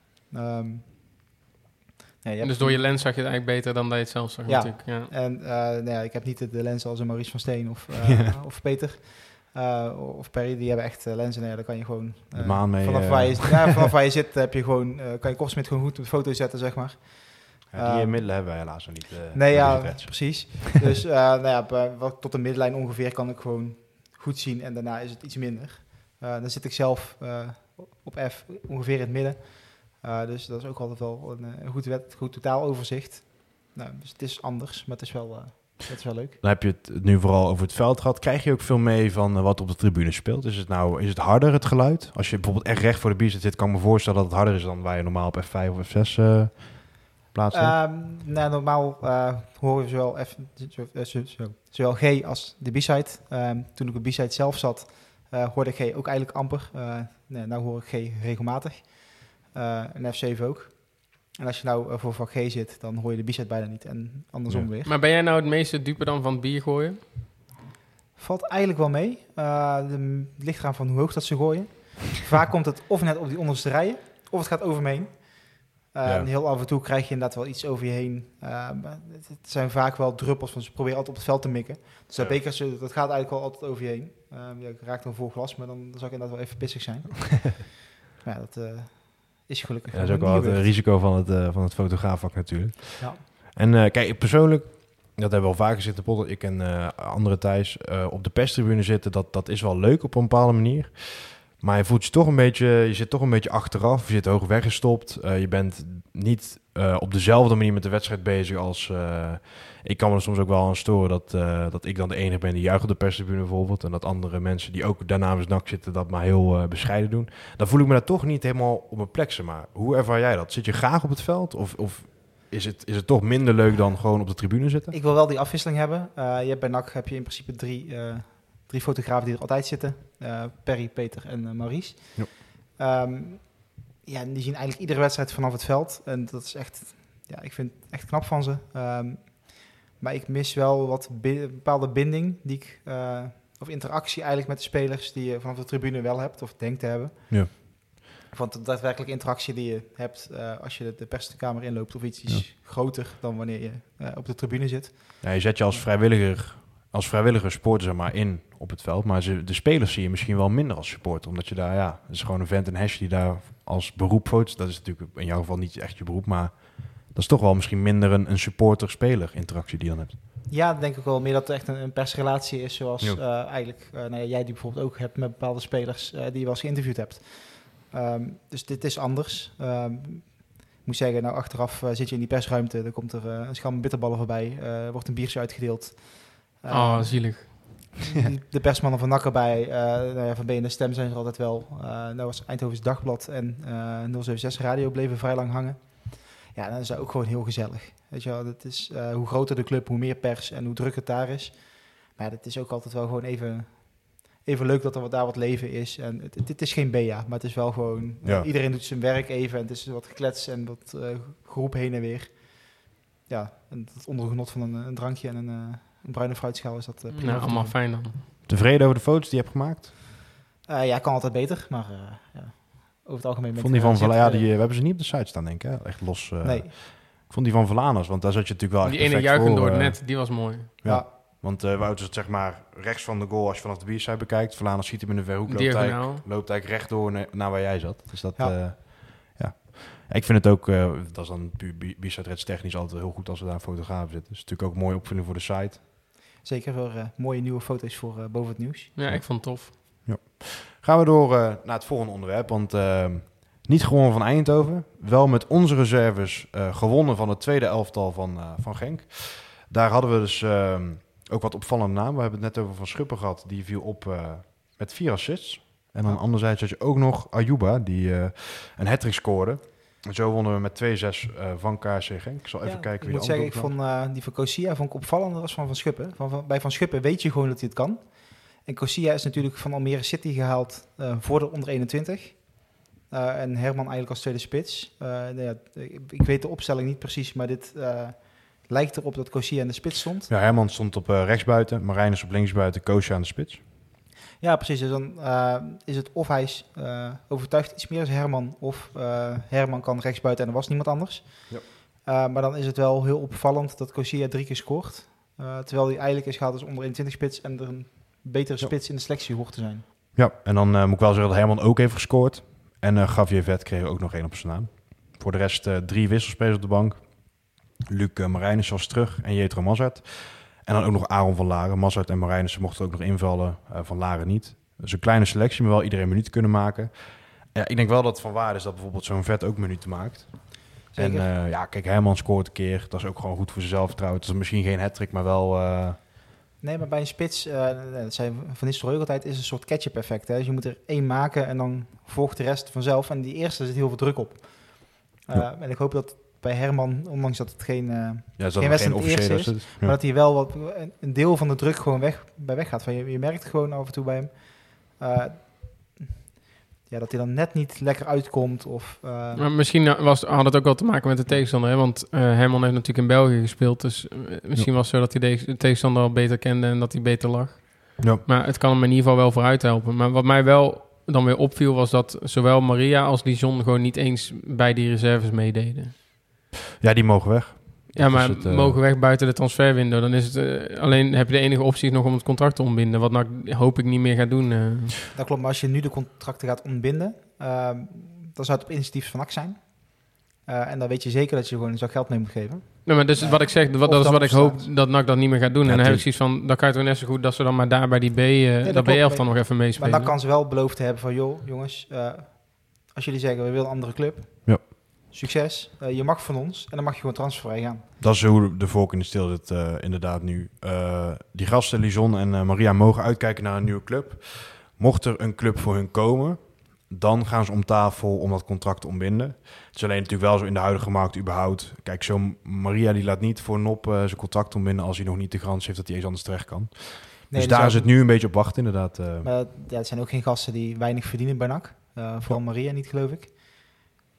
Dus door je lens zag je het eigenlijk beter dan dat je het zelf zag natuurlijk. Ja. En ik heb niet de lens als een Maurice van Steen of Peter. Of Perry, die hebben echt lenzen. Daar kan je gewoon de maan mee, vanaf waar je zit heb je gewoon, kan je Korsmit gewoon goed op de foto zetten, zeg maar. Ja, die middelen hebben wij helaas nog niet. Precies. Dus tot de middenlijn ongeveer kan ik gewoon goed zien en daarna is het iets minder. Dan zit ik zelf op F ongeveer in het midden. Dus dat is ook altijd wel een goed totaaloverzicht. Dus het is anders, maar het is wel leuk. Dan heb je het nu vooral over het veld gehad. Krijg je ook veel mee van wat op de tribune speelt? Is het harder, het geluid? Als je bijvoorbeeld echt recht voor de b zit, kan ik me voorstellen dat het harder is dan waar je normaal op F5 of F6 plaats zit. Normaal horen we zowel G als de B-side. Toen ik op de B-side zelf zat, hoorde ik G ook eigenlijk amper. Nou hoor ik G regelmatig. En F7 ook. En als je nou voor vak G zit, dan hoor je de B-side bijna niet. En andersom weer. Maar ben jij nou het meeste dupe dan van het bier gooien? Valt eigenlijk wel mee. Het ligt eraan van hoe hoog dat ze gooien. Vaak komt het of net op die onderste rijen, of het gaat over me heen. En heel af en toe krijg je inderdaad wel iets over je heen. Het zijn vaak wel druppels, want ze proberen altijd op het veld te mikken. Dus dat gaat eigenlijk wel altijd over je heen. Ik raak dan vol glas, maar dan zou ik inderdaad wel even pissig zijn. Maar dat is gelukkig. Dat is ook wel het risico van het fotograafvak natuurlijk. Ja. En kijk, persoonlijk, dat hebben we al vaker zitten potten. Ik en andere Thijs op de perstribune zitten. Dat is wel leuk op een bepaalde manier. Maar je voelt je zit toch een beetje achteraf. Je zit hoog weggestopt. Je bent niet op dezelfde manier met de wedstrijd bezig als... ik kan me er soms ook wel aan storen dat ik dan de enige ben die juicht op de perstribune bijvoorbeeld. En dat andere mensen die ook daar namens NAC zitten dat maar heel bescheiden doen. Dan voel ik me daar toch niet helemaal op mijn plek. Maar hoe ervaar jij dat? Zit je graag op het veld? Of is het toch minder leuk dan gewoon op de tribune zitten? Ik wil wel die afwisseling hebben. Bij NAC heb je in principe drie fotografen die er altijd zitten. Perry, Peter en Maurice. Ja. Die zien eigenlijk iedere wedstrijd vanaf het veld. En dat is echt... Ja, ik vind het echt knap van ze. Maar ik mis wel wat bepaalde binding die ik of interactie eigenlijk met de spelers die je vanaf de tribune wel hebt of denkt te hebben. Ja. Want de daadwerkelijke interactie die je hebt als je de perskamer inloopt of iets is groter dan wanneer je op de tribune zit. Ja, je zet je als vrijwilliger supporter zeg maar in op het veld, maar de spelers zie je misschien wel minder als supporter, omdat je daar, het is gewoon een vent en hash die daar als beroep foto's, dat is natuurlijk in jouw geval niet echt je beroep, maar dat is toch wel misschien minder een supporter-speler interactie die je dan hebt. Ja, denk ik wel meer dat het echt een persrelatie is, zoals eigenlijk jij die bijvoorbeeld ook hebt met bepaalde spelers die je wel eens geïnterviewd hebt. Dus dit is anders. Ik moet zeggen, nou achteraf zit je in die persruimte, dan komt er een scham bitterballen voorbij, wordt een biertje uitgedeeld. Zielig. De persmannen van NAC erbij, van BNS Stem zijn er altijd wel. Nou was Eindhovens Dagblad en 076 Radio bleven vrij lang hangen. Ja, dan is dat ook gewoon heel gezellig. Weet je wel, dat is, hoe groter de club, hoe meer pers en hoe druk het daar is. Maar het is ook altijd wel gewoon even leuk dat er daar wat leven is. En het is geen BA, maar het is wel gewoon... iedereen doet zijn werk even en het is wat geklets en wat geroep heen en weer. Ja, en dat onder genot van een drankje en een bruine fruitschaal is dat prima. Nou, allemaal fijn dan. Tevreden over de foto's die je hebt gemaakt? Ja, kan altijd beter, maar over het algemeen... Vond die van Verlanas, we hebben ze niet op de site staan, denk ik. Hè? Echt los. Nee. Ik vond die van Verlanas, want daar zat je natuurlijk wel echt die ene juichend door het net, die was mooi. Ja. Want Wout is het zeg maar rechts van de goal als je vanaf de bierside bekijkt. Verlanas ziet hem in de verhoek, loopt eigenlijk rechtdoor naar waar jij zat. Dus dat, ik vind het ook, dat is dan bierside reds technisch altijd heel goed als we daar een fotograaf zitten. Dus natuurlijk ook een mooie opvulling voor de site. Zeker voor mooie nieuwe foto's voor boven het nieuws. Ja, ik vond het tof. Ja. Gaan we door naar het volgende onderwerp, want niet gewonnen van Eindhoven. Wel met onze reserves gewonnen van het tweede elftal van Genk. Daar hadden we dus ook wat opvallende namen. We hebben het net over Van Schuppen gehad. Die viel op met 4 assists. En dan anderzijds had je ook nog Ayuba, die een hat-trick scoorde. En zo wonnen we met 2-6 van KRC Genk. Ik zal even kijken wie de andere Ik vond die van Kosia vond ik opvallender als van Schuppen. Bij Van Schuppen weet je gewoon dat hij het kan. En Kosia is natuurlijk van Almere City gehaald voor de onder 21. En Herman eigenlijk als tweede spits. Ik weet de opstelling niet precies, maar dit lijkt erop dat Kosia in de spits stond. Ja, Herman stond op rechtsbuiten, Marijnus op linksbuiten, Kosia aan de spits. Ja, precies. Dus dan is het of hij is overtuigd iets meer als Herman, of Herman kan rechtsbuiten en er was niemand anders. Ja. Maar dan is het wel heel opvallend dat Kosia 3 keer scoort. Terwijl hij eigenlijk is gehaald als onder 21 spits en er een betere spits in de selectie hoort te zijn. Ja, en dan moet ik wel zeggen dat Herman ook heeft gescoord. En Javier Vet kreeg ook nog 1 op zijn naam. Voor de rest 3 wisselspelers op de bank. Luc Marijnissen was terug en Jetro Mazart. En dan ook nog Aaron van Laren. Mazart en Marijnissen mochten ook nog invallen. Van Laren niet. Dus een kleine selectie, maar wel iedereen minuten kunnen maken. Ja, ik denk wel dat het van waarde is dat bijvoorbeeld zo'n Vet ook minuten maakt. Zeker. En kijk, Herman scoort een keer. Dat is ook gewoon goed voor zijn zelfvertrouwen. Het is misschien geen hat-trick, maar wel... Nee, maar bij een spits, dat zei Van Nistelrooy altijd, is een soort catch-up effect. Hè? Dus je moet er 1 maken en dan volgt de rest vanzelf. En die eerste zit heel veel druk op. En ik hoop dat bij Herman, ondanks dat het geen wedstrijd het eerste is, maar dat hij wel een deel van de druk gewoon weg gaat. Je merkt gewoon af en toe bij hem dat hij dan net niet lekker uitkomt. Maar misschien had het ook wel te maken met de tegenstander. Hè? Want Herman heeft natuurlijk in België gespeeld. Dus misschien was het zo dat hij de tegenstander al beter kende en dat hij beter lag. Ja. Maar het kan hem in ieder geval wel vooruit helpen. Maar wat mij wel dan weer opviel was dat zowel Maria als Dijon gewoon niet eens bij die reserves meededen. Ja, die mogen weg. Ja, maar mogen weg buiten de transferwindow. Dan is het alleen heb je de enige optie nog om het contract te ontbinden. Wat nou hoop ik niet meer gaat doen. Dat klopt, maar als je nu de contracten gaat ontbinden, dan zou het op initiatief van NAC zijn. En dan weet je zeker dat je gewoon een zak geld mee moet geven. Nee, maar dus wat ik zeg, dat is wat ik hoop dat NAC dat niet meer gaat doen. Ja, en dan heb ik zoiets van, dan kan je toch net zo goed dat ze dan maar daar bij die B11 dan nog even meespelen. Maar dan kan ze wel beloofd hebben van, joh, jongens, als jullie zeggen, we willen een andere club. Ja. Succes, je mag van ons en dan mag je gewoon transfervrij gaan. Dat is hoe de volk in de stil zit inderdaad nu. Die gasten, Lijon en Maria, mogen uitkijken naar een nieuwe club. Mocht er een club voor hun komen, dan gaan ze om tafel om dat contract te ontbinden. Het is alleen natuurlijk wel zo in de huidige markt überhaupt. Kijk, zo'n Maria die laat niet voor Nop zijn contract ontbinden als hij nog niet de garantie heeft dat hij eens anders terecht kan. Nee, dus daar is het nu een beetje op wachten inderdaad. Maar het zijn ook geen gasten die weinig verdienen bij NAC. Vooral Maria niet, geloof ik.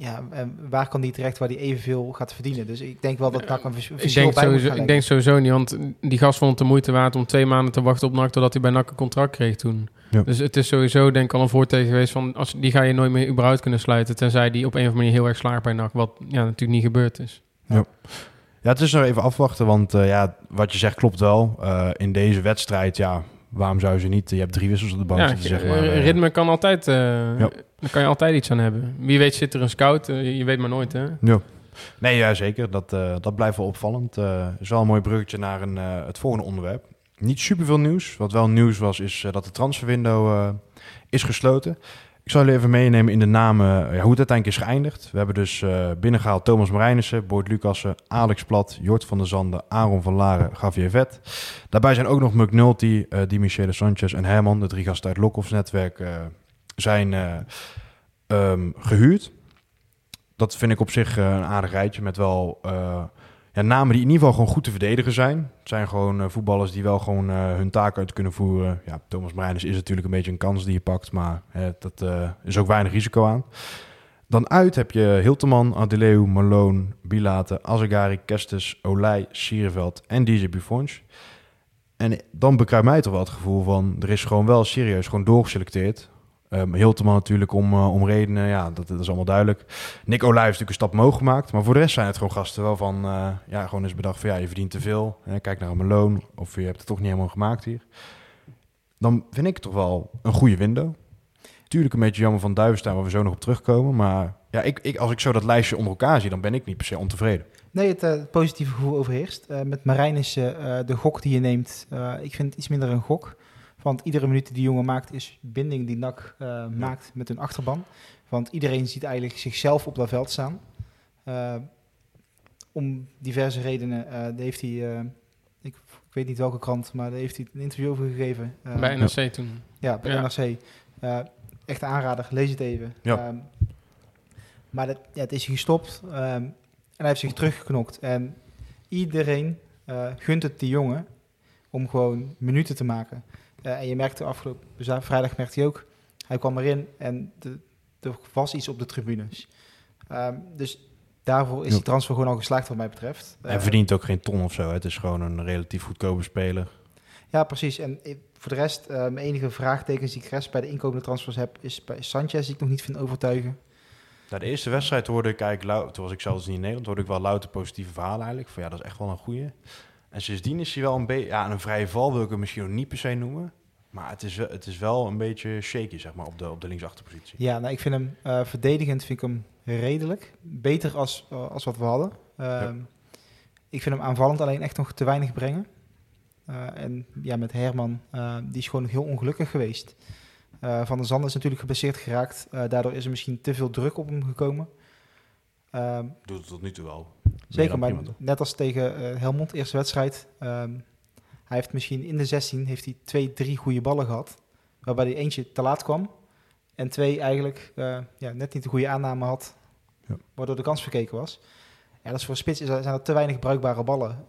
en waar kan die terecht waar die evenveel gaat verdienen? Dus ik denk wel dat NAC een verschil bij moet gaan Ik denk sowieso niet, want die gast vond het de moeite waard om 2 maanden te wachten op NAC totdat hij bij NAC een contract kreeg toen. Ja. Dus het is sowieso denk ik al een voorteken geweest van die ga je nooit meer überhaupt kunnen sluiten, tenzij die op een of andere manier heel erg slaagt bij NAC, wat natuurlijk niet gebeurd is. Ja. Ja, het is nog even afwachten, want wat je zegt klopt wel. In deze wedstrijd, waarom zou ze niet? Je hebt 3 wissels op de bank zitten, zeg maar. Ritme kan altijd, daar kan je altijd iets aan hebben. Wie weet zit er een scout, je weet maar nooit, hè? Ja. Nee, ja, zeker. Dat blijft wel opvallend. Is wel een mooi bruggetje naar het volgende onderwerp. Niet superveel nieuws. Wat wel nieuws was, is dat de transferwindow is gesloten. Ik zal jullie even meenemen in de namen, hoe het uiteindelijk is geëindigd. We hebben dus binnengehaald Thomas Marijnissen, Boyd Lucassen, Alex Plat, Jort van der Zanden, Aaron van Laren, Javier Vet. Daarbij zijn ook nog McNulty, Di Michele Sanchez en Herman, de 3 gasten uit Lokhoffs netwerk, zijn gehuurd. Dat vind ik op zich een aardig rijtje met wel namen die in ieder geval gewoon goed te verdedigen zijn. Het zijn gewoon voetballers die wel gewoon hun taak uit kunnen voeren. Ja, Thomas Marijnissen is natuurlijk een beetje een kans die je pakt, maar dat is ook weinig risico aan. Dan uit heb je Hilterman, Adeleu, Malone, Bilate, Azegari, Kestes, Olij, Siereveld en DJ Buffons. En dan bekruipt mij toch wel het gevoel van, er is gewoon wel serieus gewoon doorgeselecteerd. Hilterman natuurlijk om redenen, dat is allemaal duidelijk. Nick Olij heeft natuurlijk een stap omhoog gemaakt. Maar voor de rest zijn het gewoon gasten wel van... gewoon eens bedacht van je verdient te veel. Kijk naar een Malone of je hebt het toch niet helemaal gemaakt hier. Dan vind ik het toch wel een goede window. Tuurlijk een beetje jammer van Duivenstein waar we zo nog op terugkomen. Maar als ik zo dat lijstje onder elkaar zie, dan ben ik niet per se ontevreden. Nee, het positieve gevoel overheerst. Met Marijnissen, de gok die je neemt, ik vind het iets minder een gok. Want iedere minuut die die jongen maakt is binding die NAC maakt met hun achterban. Want iedereen ziet eigenlijk zichzelf op dat veld staan. Om diverse redenen heeft hij, ik weet niet welke krant, maar daar heeft hij een interview over gegeven. Bij NRC toen. Ja, bij NRC. Echt een aanrader, lees het even. Ja. Maar het is gestopt en hij heeft zich teruggeknokt. En iedereen gunt het die jongen om gewoon minuten te maken. En je merkte afgelopen vrijdag ook, hij kwam erin en er was iets op de tribunes. Dus daarvoor is die transfer gewoon al geslaagd wat mij betreft. Hij verdient ook geen ton of zo. Het is gewoon een relatief goedkope speler. Ja, precies. En voor de rest, mijn enige vraagtekens die ik rest bij de inkomende transfers heb, is bij Sanchez, die ik nog niet vind overtuigen. Na de eerste wedstrijd hoorde ik eigenlijk, toen was ik zelfs niet in Nederland, hoorde ik wel louter positieve verhalen eigenlijk. Van dat is echt wel een goeie. En sindsdien is hij wel een beetje... een vrije val wil ik hem misschien nog niet per se noemen. Maar het is wel een beetje shaky, zeg maar, op de linksachterpositie. Ja, ik vind hem verdedigend vind ik hem redelijk. Beter als wat we hadden. Ik vind hem aanvallend alleen echt nog te weinig brengen. En met Herman, die is gewoon heel ongelukkig geweest. Van der Zanden is natuurlijk geblesseerd geraakt. Daardoor is er misschien te veel druk op hem gekomen. Doet het tot nu toe wel. Zeker, maar net als tegen Helmond, eerste wedstrijd. Hij heeft misschien in de 16 heeft hij 2-3 goede ballen gehad. Waarbij hij eentje te laat kwam. En 2 eigenlijk net niet de goede aanname had. Ja. Waardoor de kans verkeken was. Ja, dat is voor spits zijn er te weinig bruikbare ballen.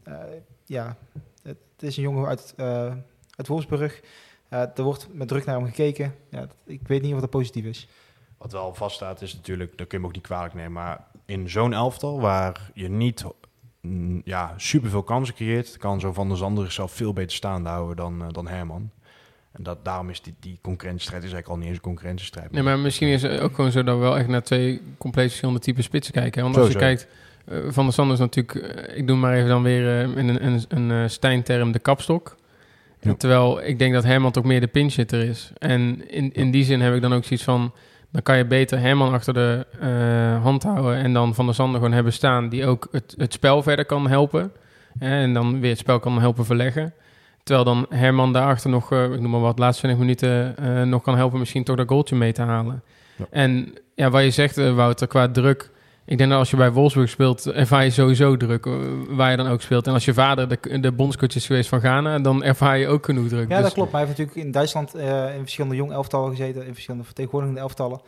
Het is een jongen uit Wolfsburg. Er wordt met druk naar hem gekeken. Ja, ik weet niet of dat positief is. Wat wel vaststaat is natuurlijk, dat kun je hem ook niet kwalijk nemen, maar in zo'n elftal waar je niet superveel kansen creëert, kan zo Van der Zanden zichzelf veel beter staande houden dan Herman. En daarom is die concurrentiestrijd is eigenlijk al niet eens een concurrentiestrijd. Nee, maar misschien is het ook gewoon zo dat we wel echt naar 2 compleet verschillende typen spitsen kijken. Want als je kijkt, Van der Zanden is natuurlijk, ik doe maar even dan weer in een Stijn-term de kapstok. Ja. Terwijl ik denk dat Herman toch meer de pinch-hitter is. En in die zin heb ik dan ook zoiets van, dan kan je beter Herman achter de hand houden en dan Van der Zanden gewoon hebben staan, die ook het spel verder kan helpen. En dan weer het spel kan helpen verleggen. Terwijl dan Herman daarachter nog, ik noem maar wat, laatste 20 minuten nog kan helpen misschien toch dat goaltje mee te halen. Ja. En wat je zegt, Wouter, qua druk, ik denk dat als je bij Wolfsburg speelt, ervaar je sowieso druk, waar je dan ook speelt. En als je vader de bondscoach is geweest van Ghana, dan ervaar je ook genoeg druk. Ja, dus dat klopt. Maar hij heeft natuurlijk in Duitsland in verschillende jong elftallen gezeten, in verschillende vertegenwoordigende elftallen.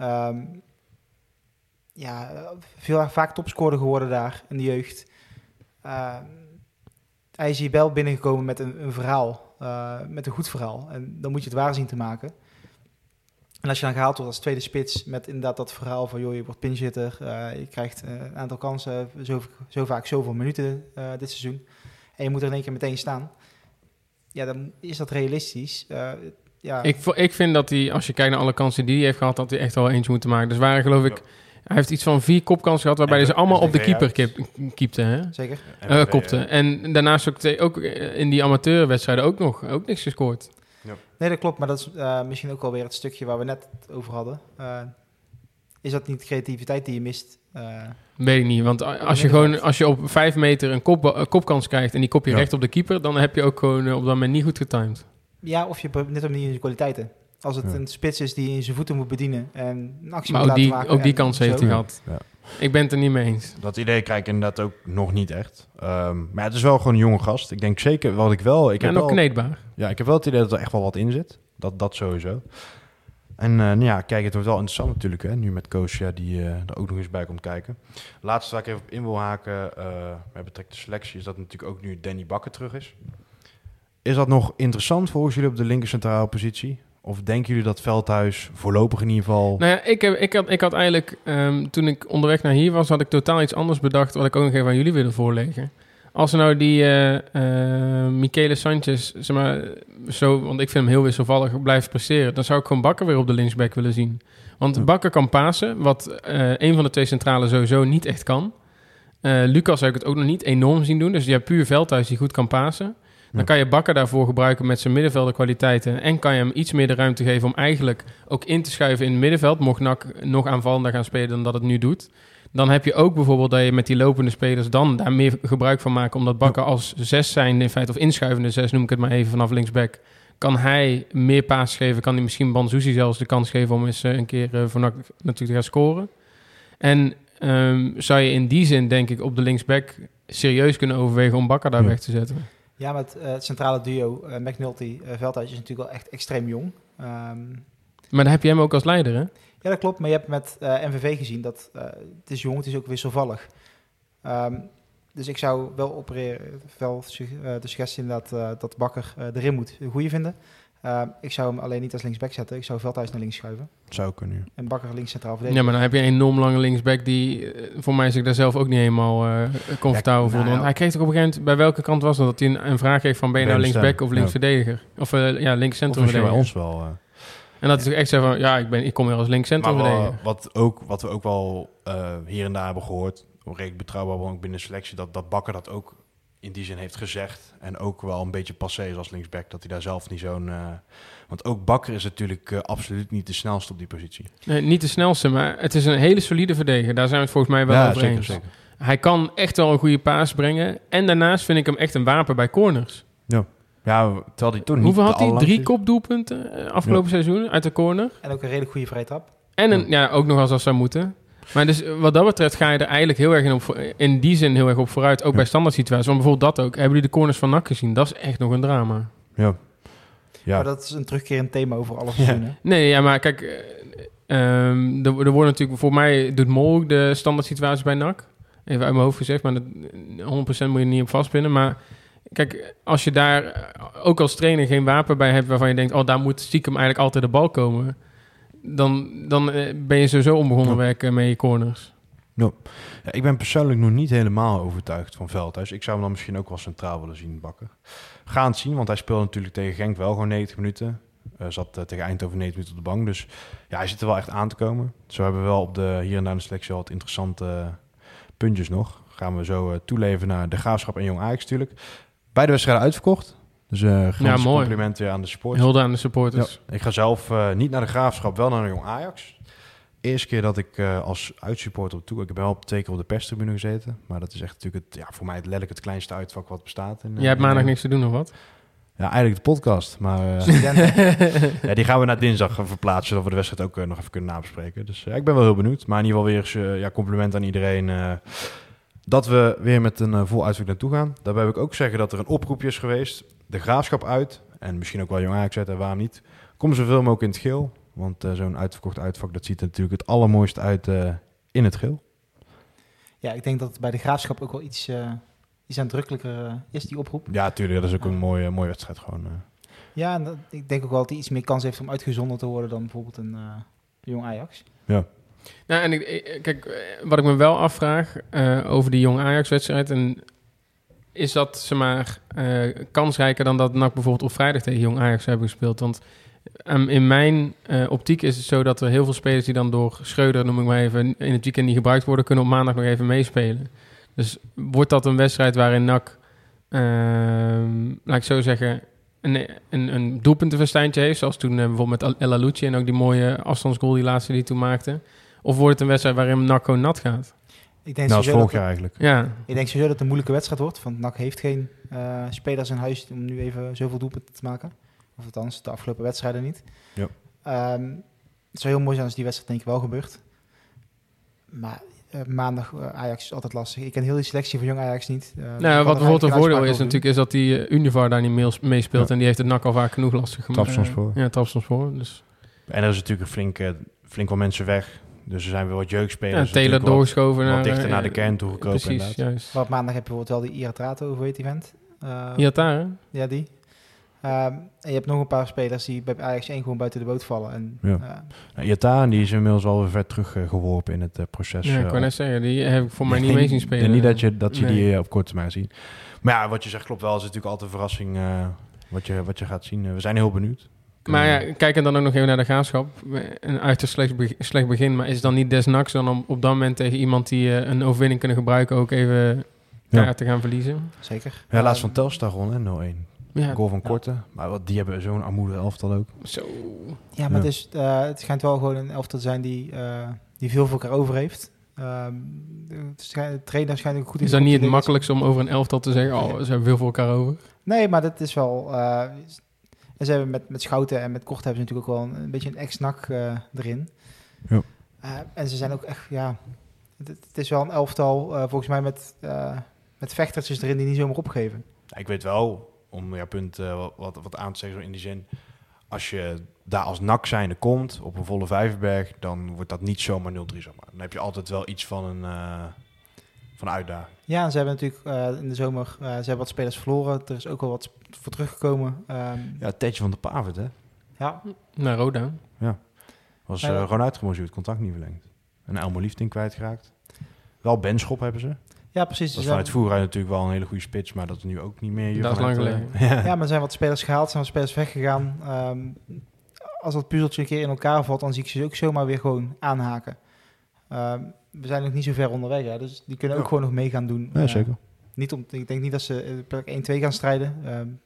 Vaak topscorer geworden daar in de jeugd. Hij is hier wel binnengekomen met een verhaal, met een goed verhaal. En dan moet je het waar zien te maken. En als je dan gehaald wordt als tweede spits met inderdaad dat verhaal van, joh, je wordt pinchitter, je krijgt een aantal kansen, zo vaak zoveel minuten dit seizoen. En je moet er in één keer meteen staan. Ja, dan is dat realistisch. Ik vind dat hij, als je kijkt naar alle kansen die hij heeft gehad, dat hij echt wel eentje moet maken. Dus waren geloof ik, hij heeft iets van 4 kopkansen gehad, waarbij hij ze allemaal op de keeper keepte. Hè? Zeker. Kopte. En daarnaast ook in die amateurwedstrijden ook niks gescoord. Ja. Nee, dat klopt. Maar dat is misschien ook wel weer het stukje waar we net over hadden. Is dat niet creativiteit die je mist? Weet ik niet. Want als je op 5 meter een kopkans krijgt en die kop je recht op de keeper, dan heb je ook gewoon op dat moment niet goed getimed. Ja, of je net op niet in je kwaliteiten. Als het een spits is die in zijn voeten moet bedienen en een actie maar moet laten maken. Ook die kans heeft hij gehad. Ja. Ik ben het er niet mee eens. Dat idee krijg ik inderdaad ook nog niet echt. Maar het is wel gewoon een jonge gast. Ik denk zeker wat ik wel... kneedbaar. Ja, ik heb wel het idee dat er echt wel wat in zit. Dat sowieso. En kijk, het wordt wel interessant natuurlijk. Hè? Nu met Koos die er ook nog eens bij komt kijken. Laatste waar ik even op in wil haken. Met betrekking tot selectie is dat natuurlijk ook nu Danny Bakker terug is. Is dat nog interessant volgens jullie op de linker centrale positie? Of denken jullie dat Veldhuis voorlopig in ieder geval... Nou ja, ik had eigenlijk... toen ik onderweg naar hier was, had ik totaal iets anders bedacht... wat ik ook nog even aan jullie willen voorleggen. Als er nou die Michele Sanchez, zeg maar, want ik vind hem heel wisselvallig, blijft presteren... dan zou ik gewoon Bakker weer op de linksback willen zien. Want Bakker kan pasen, wat een van de 2 centralen sowieso niet echt kan. Lucas zou ik het ook nog niet enorm zien doen. Dus je hebt puur Veldhuis die goed kan pasen. Dan kan je Bakker daarvoor gebruiken met zijn middenvelderkwaliteiten. En kan je hem iets meer de ruimte geven om eigenlijk ook in te schuiven in het middenveld. Mocht NAC nog aanvallender gaan spelen dan dat het nu doet. Dan heb je ook bijvoorbeeld dat je met die lopende spelers dan daar meer gebruik van maakt. Omdat Bakker als 6 zijn in feite, of inschuivende 6 noem ik het maar even vanaf linksback. Kan hij meer paas geven. Kan hij misschien Banzuzi zelfs de kans geven om eens een keer voor NAC natuurlijk te gaan scoren. En zou je in die zin denk ik op de linksback serieus kunnen overwegen om Bakker daar weg te zetten. Ja, met het centrale duo McNulty-Veldhuis is natuurlijk wel echt extreem jong. Maar dan heb je hem ook als leider, hè? Ja, dat klopt. Maar je hebt met MVV gezien dat het is jong, het is ook wisselvallig. Dus ik zou wel de suggestie inderdaad dat Bakker erin moet goeie vinden. Ik zou hem alleen niet als linksback zetten. Ik zou Veldhuis naar links schuiven. Zou kunnen. En Bakker links centraal verdedigen. Ja, maar dan heb je een enorm lange linksback die voor mij zich daar zelf ook niet helemaal comfortabel voelde. Want hij kreeg toch op een gegeven moment, bij welke kant was dat? Dat hij een vraag kreeg van ben je nou linksback of linksverdediger? Of links centrumverdediger. Of bij ons wel. En dat hij toch echt zei van, ik kom hier als links centrumverdediger. Wat we ook wel hier en daar hebben gehoord, redelijk betrouwbaar ook binnen de selectie, dat Bakker dat ook in die zin heeft gezegd. En ook wel een beetje passé is als linksback, dat hij daar zelf niet zo'n... want ook Bakker is natuurlijk absoluut niet de snelste op die positie. Nee, niet de snelste, maar het is een hele solide verdediger. Daar zijn we het volgens mij wel over eens. Zeker. Hij kan echt wel een goede paas brengen. En daarnaast vind ik hem echt een wapen bij corners. Ja, terwijl hij toen niet... Hoeveel had hij? 3 kopdoelpunten afgelopen seizoen uit de corner. En ook een redelijk goede vrije trap. En ook nog als dat zou moeten. Maar dus wat dat betreft ga je er eigenlijk heel erg in die zin heel erg op vooruit. Ook bij standaard situaties. Want bijvoorbeeld dat ook. Hebben jullie de corners van NAC gezien? Dat is echt nog een drama. Ja. Maar dat is een terugkerend thema over alle seizoenen. Ja. Nee, maar kijk... er wordt natuurlijk... Voor mij doet Mol ook de standaard situaties bij NAC. Even uit mijn hoofd gezegd. Maar 100% moet je er niet op vastpinnen. Maar kijk, als je daar ook als trainer geen wapen bij hebt... waarvan je denkt... daar moet stiekem eigenlijk altijd de bal komen... Dan ben je sowieso onbegonnen werken met je corners. Ja, ik ben persoonlijk nog niet helemaal overtuigd van Veldhuis. Ik zou hem dan misschien ook wel centraal willen zien, Bakker. Gaan het zien, want hij speelde natuurlijk tegen Genk wel gewoon 90 minuten. Zat tegen Eindhoven 90 minuten op de bank. Dus ja, hij zit er wel echt aan te komen. Zo hebben we wel hier en daar in de selectie al wat interessante puntjes nog. Gaan we zo toeleven naar de Graafschap en Jong Ajax natuurlijk. Beide wedstrijden uitverkocht. Dus grote complimenten aan de supporters. Hulde aan de supporters. Ja, ik ga zelf niet naar de Graafschap, wel naar de Jong Ajax. Eerste keer dat ik als uitsupporter op toe... Ik heb wel 2 keer op de perstribune gezeten. Maar dat is echt natuurlijk voor mij letterlijk het kleinste uitvak wat bestaat. Jij hebt maandag niks te doen of wat? Ja, eigenlijk de podcast. Maar die gaan we naar dinsdag verplaatsen... zodat we de wedstrijd ook nog even kunnen nabespreken. Dus ik ben wel heel benieuwd. Maar in ieder geval weer compliment aan iedereen... dat we weer met een vol uitvak naartoe gaan. Daarbij wil ik ook zeggen dat er een oproepje is geweest... De Graafschap uit, en misschien ook wel Jong Ajax uit, en waarom niet. Kom zoveel mogelijk in het geel, want zo'n uitverkocht uitvak, dat ziet er natuurlijk het allermooiste uit in het geel. Ja, ik denk dat het bij de Graafschap ook wel iets aandrukkelijker is, die oproep. Ja, tuurlijk, dat is ook een mooie wedstrijd gewoon. Ja, en ik denk ook wel dat hij iets meer kans heeft om uitgezonden te worden dan bijvoorbeeld een jong Ajax. Ja. Nou, en kijk, wat ik me wel afvraag over die jong Ajax-wedstrijd... en is dat, zeg maar, kansrijker dan dat NAC bijvoorbeeld op vrijdag tegen jong Ajax hebben gespeeld? Want in mijn optiek is het zo dat er heel veel spelers die dan door Schreuder, noem ik maar even, in het weekend niet gebruikt worden, kunnen op maandag nog even meespelen. Dus wordt dat een wedstrijd waarin NAC, laat ik zo zeggen, een doelpuntenfestijntje heeft, zoals toen bijvoorbeeld met El Alouci en ook die mooie afstandsgoal die laatste die hij toen maakte? Of wordt het een wedstrijd waarin NAC gewoon nat gaat? Ik denk Nou, als vorig jaar eigenlijk. Ja. Ik denk sowieso dat het een moeilijke wedstrijd wordt. Want NAC heeft geen spelers in huis om nu even zoveel doelpunten te maken. Of althans, de afgelopen wedstrijden niet. Ja. Het zou heel mooi zijn als die wedstrijd denk ik wel gebeurt. Maar maandag Ajax is altijd lastig. Ik ken heel die selectie van jong Ajax niet. Nou, wat bijvoorbeeld een voordeel is natuurlijk, is dat die Univar daar niet meespeelt. Ja. En die heeft het NAC al vaak genoeg lastig gemaakt. Trabzonspor. Ja, Trabzonspor. Dus. En er is natuurlijk flink wat mensen weg. Dus er zijn weer wat jeugdspelers. Ja, Taylor doorgeschoven wat dichter naar de kern toe gekropen. Precies, juist. Maar op maandag heb je bijvoorbeeld wel die Iratrato, hoe heet die vent? Iratare? Ja, die. En je hebt nog een paar spelers die bij Ajax 1 gewoon buiten de boot vallen. En, Iratare, die is inmiddels al weer ver teruggeworpen in het proces. Ja, ik kan net zeggen, die heb ik voor mij niet mee zien spelen. Niet dat je die op korte termijn ziet. Maar ja, wat je zegt klopt wel. Het is natuurlijk altijd een verrassing wat je gaat zien. We zijn heel benieuwd. Maar ja, kijk dan ook nog even naar de Graafschap. Een uiterst slecht begin. Maar is dan niet des NACs dan om op dat moment tegen iemand die een overwinning kunnen gebruiken ook even te gaan verliezen? Zeker. Ja, laatst van Telstar gewonnen, 0-1. Ja. Goal van Korte. Maar die hebben zo'n armoedige elftal ook. Zo. Ja, maar het schijnt wel gewoon een elftal te zijn die veel voor elkaar over heeft. De trainer schijnt ook goed in. Is dat niet het makkelijkste om over een elftal te zeggen, ze hebben veel voor elkaar over? Nee, maar dat is wel... En ze hebben met Schouten en met Kort hebben ze natuurlijk ook wel een beetje een ex-NAC erin. Ja. En ze zijn ook echt, het is wel een elftal volgens mij met vechtertjes erin die niet zomaar opgeven. Ja, ik weet wel, om jouw punt wat aan te zeggen, zo in die zin, als je daar als NAC zijnde komt op een volle Vijverberg, dan wordt dat niet zomaar 0-3 zomaar. Dan heb je altijd wel iets van een uitdaging. Ja, en ze hebben natuurlijk in de zomer ze hebben wat spelers verloren. Er is ook wel wat voor teruggekomen. Ja, Tetje van de Pavert, hè? Ja. Naar Roda. Ja. Was gewoon uitgemoeid, contract niet verlengd. En Elmo Liefding kwijtgeraakt. Wel Benschop hebben ze. Ja, precies. Dat is vanuit Voerhuis natuurlijk wel een hele goede spits, maar dat is nu ook niet meer. Dat is lang geleden. Ja, maar er zijn wat spelers gehaald, zijn wat spelers weggegaan. Als dat puzzeltje een keer in elkaar valt, dan zie ik ze ook zomaar weer gewoon aanhaken. We zijn nog niet zo ver onderweg, hè, dus die kunnen ook gewoon nog mee gaan doen. Ja, zeker. Ik denk niet dat ze plek 1-2 gaan strijden.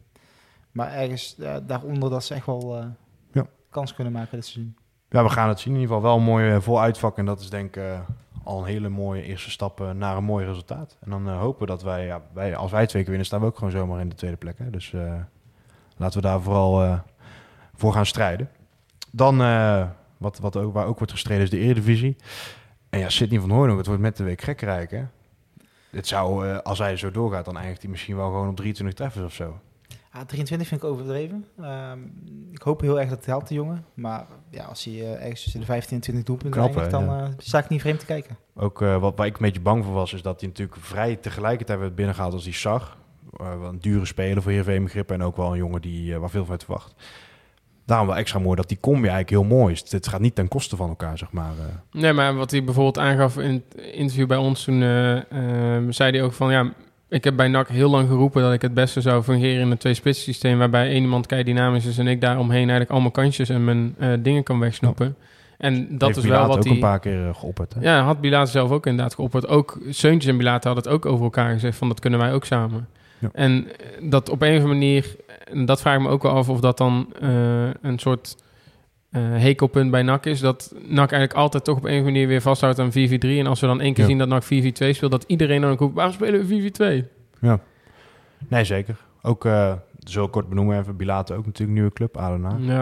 Maar ergens daaronder dat ze echt wel kans kunnen maken dit seizoen. Ja, we gaan het zien. In ieder geval wel een mooi vol uitvak. En dat is denk ik al een hele mooie eerste stap naar een mooi resultaat. En dan hopen we dat wij, als wij 2 keer winnen, staan we ook gewoon zomaar in de tweede plek. Hè. Dus laten we daar vooral voor gaan strijden. Dan, waar ook wordt gestreden, is de Eredivisie. En ja, Sidney van Hooijdonk, het wordt met de week gekkerrijk, hè? Het zou, als hij zo doorgaat, dan eindigt hij misschien wel gewoon op 23 treffers of zo. 23 vind ik overdreven. Ik hoop heel erg dat het helpt, de jongen. Maar ja, als hij ergens tussen de 15 en 20 doelpunten eindigt, dan sta ik niet vreemd te kijken. Ook waar ik een beetje bang voor was, is dat hij natuurlijk vrij tegelijkertijd werd binnengehaald als die Sar. Een dure speler voor Heerenveen begrippen en ook wel een jongen waar veel van uit verwacht. Daarom wel extra mooi dat die combi eigenlijk heel mooi is. Het gaat niet ten koste van elkaar, zeg maar. Nee, maar wat hij bijvoorbeeld aangaf in het interview bij ons, toen zei hij ook van, ja, ik heb bij NAC heel lang geroepen dat ik het beste zou fungeren in een 2-spits systeem, waarbij één iemand keidynamisch is en ik daaromheen eigenlijk allemaal kansjes en mijn dingen kan wegsnoepen. Ja. En dat heeft is wel wat hij... ook een paar keer geopperd, hè? Ja, had Bilater zelf ook inderdaad geopperd. Ook Seuntjes en Bilater hadden het ook over elkaar gezegd van, dat kunnen wij ook samen. Ja. En dat op een of andere manier, en dat vraag ik me ook wel af of dat dan een soort hekelpunt bij NAC is. Dat NAC eigenlijk altijd toch op een of andere manier weer vasthoudt aan 4-4-3. En als we dan één keer zien dat NAC 4-4-2 speelt, dat iedereen dan ook roept, waarom spelen we 4-4-2? Ja, nee zeker. Ook, zo kort benoemen even, Bilater ook natuurlijk nieuwe club, Adena.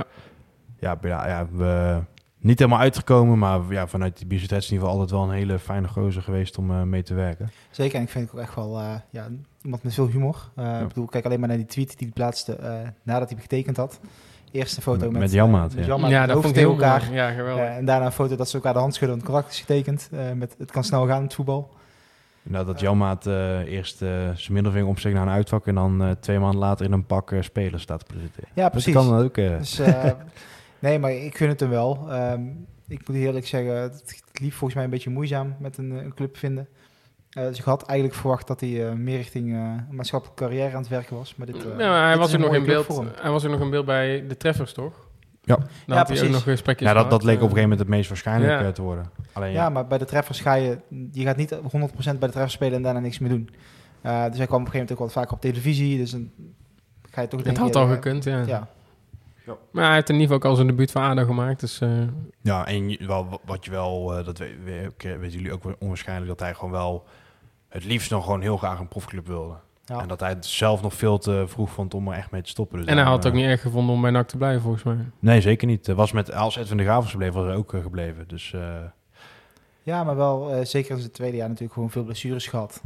Ja, we niet helemaal uitgekomen, maar ja, vanuit die Bizet is in ieder geval altijd wel een hele fijne gozer geweest om mee te werken. Zeker, en ik vind het ook echt wel iemand met veel humor. Ik bedoel, kijk alleen maar naar die tweet die hij plaatste nadat hij getekend had. Eerst een foto met Janmaat. Ja, dat vond ik heel elkaar. Ja, geweldig. En daarna een foto dat ze elkaar de hand schudden, want het contract is getekend. Het kan snel gaan in het voetbal. Nou, dat Janmaat eerst zijn middelvinger opsteekt naar een uitvak en dan 2 maanden later in een pak spelers staat te presenteren. Ja, precies. Dat kan ook. Dus, nee, maar ik gun het hem wel. Ik moet eerlijk zeggen, het liep volgens mij een beetje moeizaam met een club vinden. Dus ik had eigenlijk verwacht dat hij meer richting maatschappelijke carrière aan het werken was. Maar hij was er nog in beeld. Hij was er nog in beeld bij de Treffers, toch? Ja. Dan had hij ook nog gesprekjes gehad. Dat leek op een gegeven moment het meest waarschijnlijk te worden. Alleen, ja, maar bij de Treffers je gaat niet 100% bij de Treffers spelen en daarna niks meer doen. Dus hij kwam op een gegeven moment ook wat vaker op televisie. Dus dan ga je toch denken... Het had al gekund, ja. Maar hij heeft in ieder geval ook al zijn debuut van ADO gemaakt. Dus, ja, en wat je wel... dat weten jullie ook onwaarschijnlijk... dat hij gewoon wel het liefst nog gewoon heel graag een profclub wilde. Ja. En dat hij het zelf nog veel te vroeg vond om er echt mee te stoppen. Dus en hij had het ook niet erg gevonden om bij NAC te blijven, volgens mij. Nee, zeker niet. Als Edwin de Graaf was gebleven, was hij ook gebleven. Dus, ja, maar wel zeker in zijn tweede jaar natuurlijk gewoon veel blessures gehad.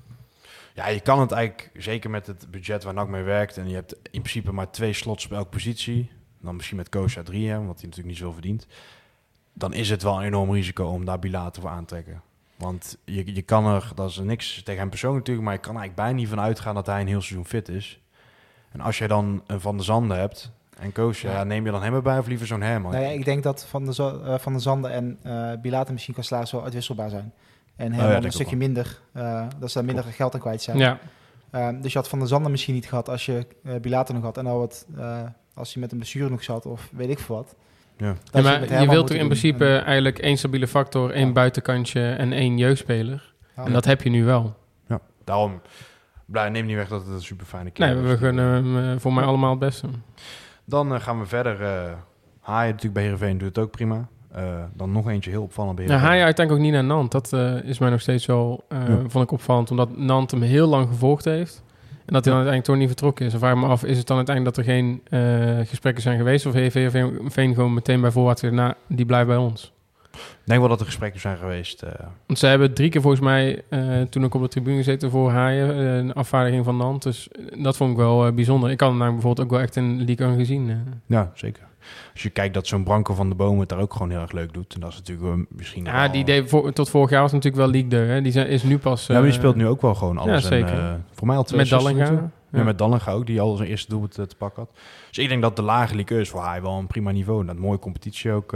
Ja, je kan het eigenlijk, zeker met het budget waar NAC mee werkt... en je hebt in principe maar 2 slots op elke positie... dan misschien met Koosja 3, want hij natuurlijk niet zoveel verdient... dan is het wel een enorm risico om daar Bilater voor aan te trekken. Want je kan dat is niks tegen hem persoonlijk natuurlijk... maar je kan eigenlijk bijna niet van uitgaan dat hij een heel seizoen fit is. En als jij dan een Van der Zanden hebt en Koosja... neem je dan hem erbij of liever zo'n Herman? Nou ja, ik denk dat Van der Zanden en Bilater misschien qua salaris wel uitwisselbaar zijn. En Herman een stukje minder, dat ze daar minder geld aan kwijt zijn. Ja. Dus je had Van der Zanden misschien niet gehad als je Bilater nog had. En als hij met een blessure nog zat of weet ik veel wat. Ja. Ja, maar je wilt er in principe eigenlijk 1 stabiele factor, 1 buitenkantje en 1 jeugdspeler. Ja. En dat heb je nu wel. Ja, daarom neem niet weg dat het een super fijne keer is. Nee, we gunnen hem voor mij allemaal het beste. Dan gaan we verder. Haaien natuurlijk bij Heerenveen doet het ook prima. Dan nog eentje heel opvallend bij Heerenveen. Haaien uiteindelijk ook niet naar Nantes. Dat is mij nog steeds wel, vond ik opvallend. Omdat Nantes hem heel lang gevolgd heeft. En dat hij dan uiteindelijk toch niet vertrokken is. Dan vraag ik me af, is het dan uiteindelijk dat er geen gesprekken zijn geweest? Of heeft Heerenveen gewoon meteen bij voorwaarts gezegd, die blijft bij ons? Ik denk wel dat er gesprekken zijn geweest. Want ze hebben 3 keer volgens mij toen ik op de tribune gezeten voor Haaien. Een afvaardiging van Nantes. Dus dat vond ik wel bijzonder. Ik had hem namelijk bijvoorbeeld ook wel echt in Ligue 1 gezien. Ja, zeker. Als je kijkt dat zo'n Branko van de Bomen het daar ook gewoon heel erg leuk doet. En dat is natuurlijk misschien... Ja, die deed tot vorig jaar was natuurlijk wel League 2. Hè? Die is nu pas... ja, maar die speelt nu ook wel gewoon alles. Ja, zeker. En, voor mij al 2 met Dallinga. Ja, met Dallinga ook, die al zijn eerste doelpunt te pakken had. Dus ik denk dat de lage Ligue is voor hij wel een prima niveau. Dat mooie competitie ook.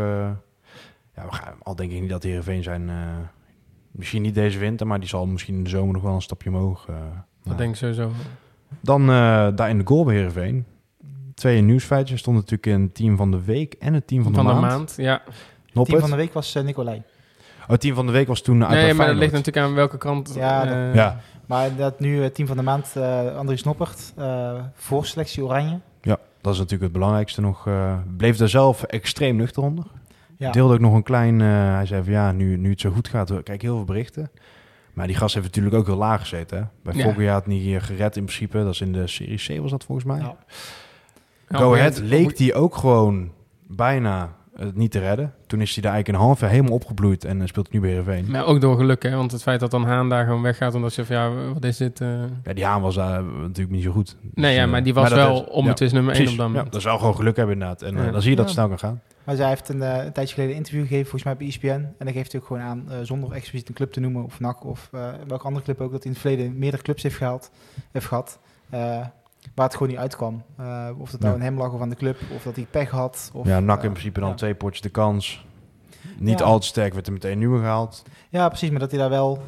Al denk ik niet dat Heerenveen zijn... misschien niet deze winter, maar die zal misschien in de zomer nog wel een stapje omhoog. Dat denk ik sowieso. Dan daar in de goal bij Heerenveen. 2 nieuwsfeitjes. Stond natuurlijk in het team van de week en het team van de maand. Ja. Het team van de week was Nicolai. Oh, het team van de week was toen... Nee, maar dat ligt natuurlijk aan welke kant... Ja, maar dat nu het team van de maand, Andries Noppert, voor selectie Oranje. Ja, dat is natuurlijk het belangrijkste nog. Bleef daar zelf extreem nuchter onder. Ja. Deelde ook nog een klein... hij zei van ja, nu het zo goed gaat, kijk ik heel veel berichten. Maar die gast heeft natuurlijk ook heel laag gezeten. Hè? Bij Foggia had niet gered in principe. Dat is in de Serie C was dat volgens mij. Ja. Go Ahead leek die ook gewoon bijna niet te redden. Toen is hij daar eigenlijk een half jaar helemaal opgebloeid en speelt nu bij Heerenveen. Maar ook door geluk, hè? Want het feit dat dan Haan daar gewoon weggaat, omdat ze van ja, wat is dit? Ja, die Haan was daar natuurlijk niet zo goed. Nee, dus, maar die was maar wel onbetwist nummer 1 op dat moment. Ja, dat is wel gewoon geluk hebben inderdaad. En dan zie je dat het snel kan gaan. Maar zij heeft een tijdje geleden een interview gegeven, volgens mij bij ESPN. En dan geeft hij ook gewoon aan, zonder expliciet een club te noemen, of NAC, of welke andere club ook, dat hij in het verleden meerdere clubs heeft gehad. Waar het gewoon niet uitkwam. Of dat nou aan hem lag of aan de club, of dat hij pech had. Of, ja, NAC in principe dan 2 potjes de kans. Niet al te sterk, werd er meteen nieuwe gehaald. Ja, precies, maar dat hij daar wel...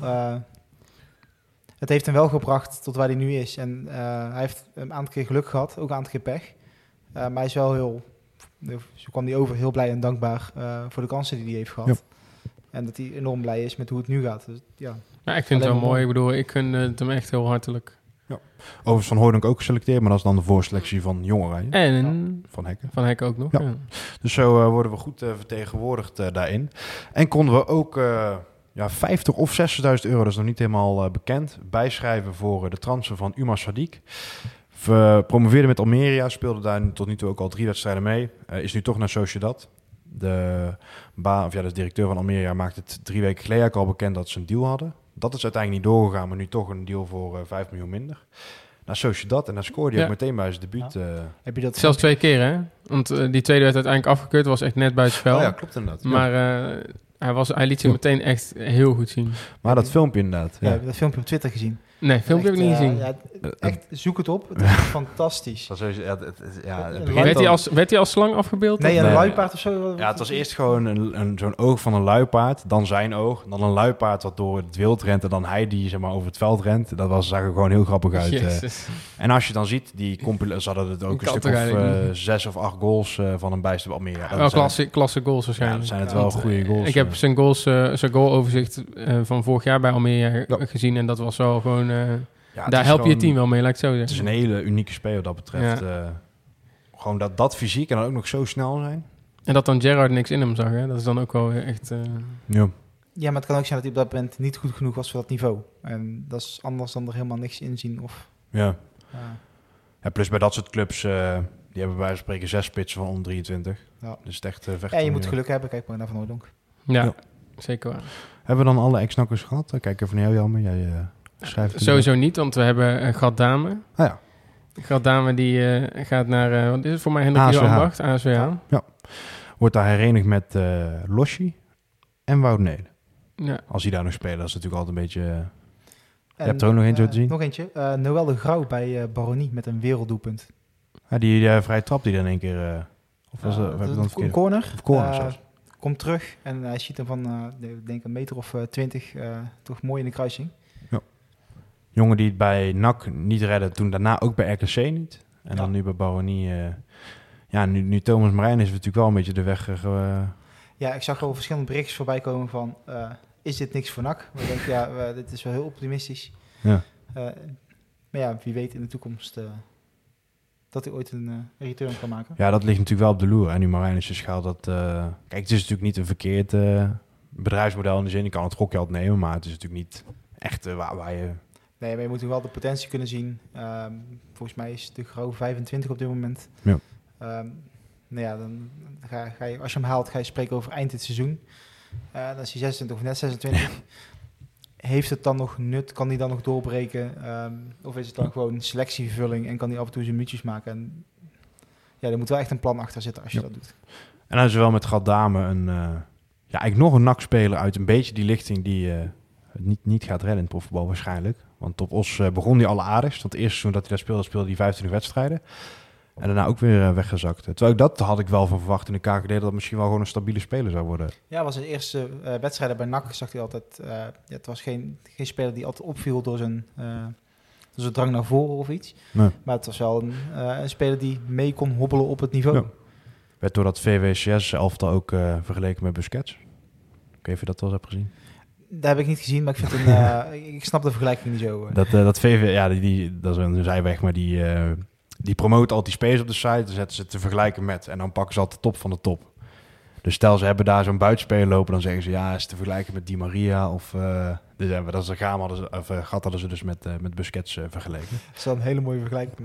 het heeft hem wel gebracht tot waar hij nu is. En hij heeft een aantal keer geluk gehad, ook een aantal keer pech. Maar hij is wel heel... Zo kwam hij over heel blij en dankbaar voor de kansen die hij heeft gehad. Ja. En dat hij enorm blij is met hoe het nu gaat. Dus, ja. Ja, ik vind het wel mooi. Ik bedoel, ik gun het hem echt heel hartelijk. Ja. Overigens van Hooydonk ook geselecteerd, maar dat is dan de voorselectie van Jong Oranje. En Van Hekken. Van Hekken ook nog, ja. Dus zo worden we goed vertegenwoordigd daarin. En konden we ook 50 of 60.000 euro, dat is nog niet helemaal bekend, bijschrijven voor de transfer van Umar Sadiq. Promoveerde met Almeria, speelde daar tot nu toe ook al 3 wedstrijden mee. Is nu toch naar Sociedad. De directeur van Almeria maakte het 3 weken geleden al bekend dat ze een deal hadden. Dat is uiteindelijk niet doorgegaan, maar nu toch een deal voor 5 miljoen minder. Naar Sociedad en daar scoorde hij ook meteen bij zijn debuut. Ja. Heb je dat zelfs 2 keer, hè? Want die tweede werd uiteindelijk afgekeurd, was echt net buitenspel. Oh ja, klopt inderdaad. Maar Hij liet zich meteen echt heel goed zien. Maar dat filmpje inderdaad. Ja, heb je dat filmpje op Twitter gezien? Nee, filmpje heb ik niet gezien. Echt, zoek het op. Het is fantastisch. Dat is, Werd hij als slang afgebeeld? Nee, een luipaard of zo? Ja, het was eerst gewoon zo'n oog van een luipaard, dan zijn oog, dan een luipaard wat door het wild rent en dan hij die zeg maar over het veld rent. Dat zag er gewoon heel grappig uit. En als je dan ziet, ze hadden het ook een stuk of 6 of 8 goals van een bijste Almere. Ja, klasse goals waarschijnlijk. Ja, zijn het wel goede goals. Ik heb zijn goaloverzicht van vorig jaar bij Almere gezien en dat was wel gewoon... daar help je team wel mee, laat ik het zo zeggen. Het is een hele unieke speler wat dat betreft. Ja. Gewoon dat fysiek en dan ook nog zo snel zijn. En dat dan Gerrard niks in hem zag, hè? Dat is dan ook wel echt... Ja, maar het kan ook zijn dat hij op dat moment niet goed genoeg was voor dat niveau. En dat is anders dan er helemaal niks in zien. Ja, plus bij dat soort clubs, die hebben bij wijze van spreken 6 spitsen van onder 23. Ja. Dus het echt vechten. En je moet geluk hebben, kijk maar naar Van Hooijdonk. Ja, zeker waar. Hebben we dan alle ex-nakkers gehad? Kijk even naar jou, Jelmer. Jij schrijft... Sowieso niet, want we hebben Gat Dame. Ah ja. Gat Dame die gaat naar, wat is het voor mij, Hendrik Johan Bacht, ASWH. Ja. Wordt daar herenigd met Loschi en Wout Nelen. Ja. Als die daar nog spelen, dat is natuurlijk altijd een beetje... je hebt er ook nog eentje te zien? Nog eentje. Noël de Grauw bij Baronie met een werelddoelpunt. Ja, die vrije trap die dan een keer... of was een corner. Of corner zelfs. Komt terug en hij schiet hem van, ik denk een meter of 20, toch mooi in de kruising. Ja. Jongen die het bij NAC niet redden, toen daarna ook bij RKC niet. En dan nu bij Baronie... nu Thomas Marijn is natuurlijk wel een beetje de weg... Ja, ik zag wel verschillende berichtjes voorbij komen van... is dit niks voor NAC? Ik denk, dit is wel heel optimistisch. Ja. Maar ja, wie weet in de toekomst... dat hij ooit een return kan maken. Ja, dat ligt natuurlijk wel op de loer. En nu Marijn is dus schaal dat... kijk, het is natuurlijk niet een verkeerd bedrijfsmodel in de zin. Je kan het gokgeld nemen, maar het is natuurlijk niet echt waar je... Nee, maar je moet wel de potentie kunnen zien. Volgens mij is de Grauw 25 op dit moment. Ja. Dan ga je, als je hem haalt, ga je spreken over eind dit seizoen. Dan is hij 26 of net 26. Heeft het dan nog nut? Kan hij dan nog doorbreken? Of is het dan gewoon selectievervulling en kan hij af en toe zijn muutjes maken? En er moet wel echt een plan achter zitten als je dat doet. En dan is er wel met Gat Dame eigenlijk nog een NAC-speler uit een beetje die lichting die het niet gaat redden in het profvoetbal waarschijnlijk. Want op Os begon hij alleraardigst. Want het eerste seizoen dat hij daar speelde, speelde hij 25 wedstrijden. En daarna ook weer weggezakt. Terwijl dat had ik wel van verwacht in de KKD... dat het misschien wel gewoon een stabiele speler zou worden. Ja, was in de eerste wedstrijden bij NAC zag hij altijd... het was geen speler die altijd opviel door zijn drang naar voren of iets. Nee. Maar het was wel een speler die mee kon hobbelen op het niveau. Ja. Werd door dat VWCS-elftal ook vergeleken met Busquets. Ik weet niet of je dat wel eens hebt gezien. Dat heb ik niet gezien, maar ik vind ik snap de vergelijking niet zo. Dat VV, ja, dat is een zijweg, maar die promoten altijd die spelers op de site, dan zetten ze te vergelijken met. En dan pakken ze altijd de top van de top. Dus stel ze hebben daar zo'n buitenspeler lopen, dan zeggen ze ja, is te vergelijken met Di Maria of dat is een gat hadden ze dus met Busquets vergeleken. Dat is wel een hele mooie vergelijking.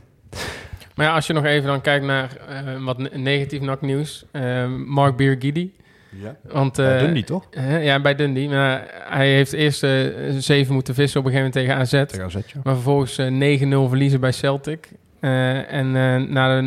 Maar ja, als je nog even dan kijkt naar wat negatief NAC-nieuws. Mark Birgidi. Ja. Want, bij Dundee, toch? Ja, bij Dundee. Maar hij heeft eerst 7 moeten vissen op een gegeven moment tegen AZ. Ja. Maar vervolgens 9-0 verliezen bij Celtic. En na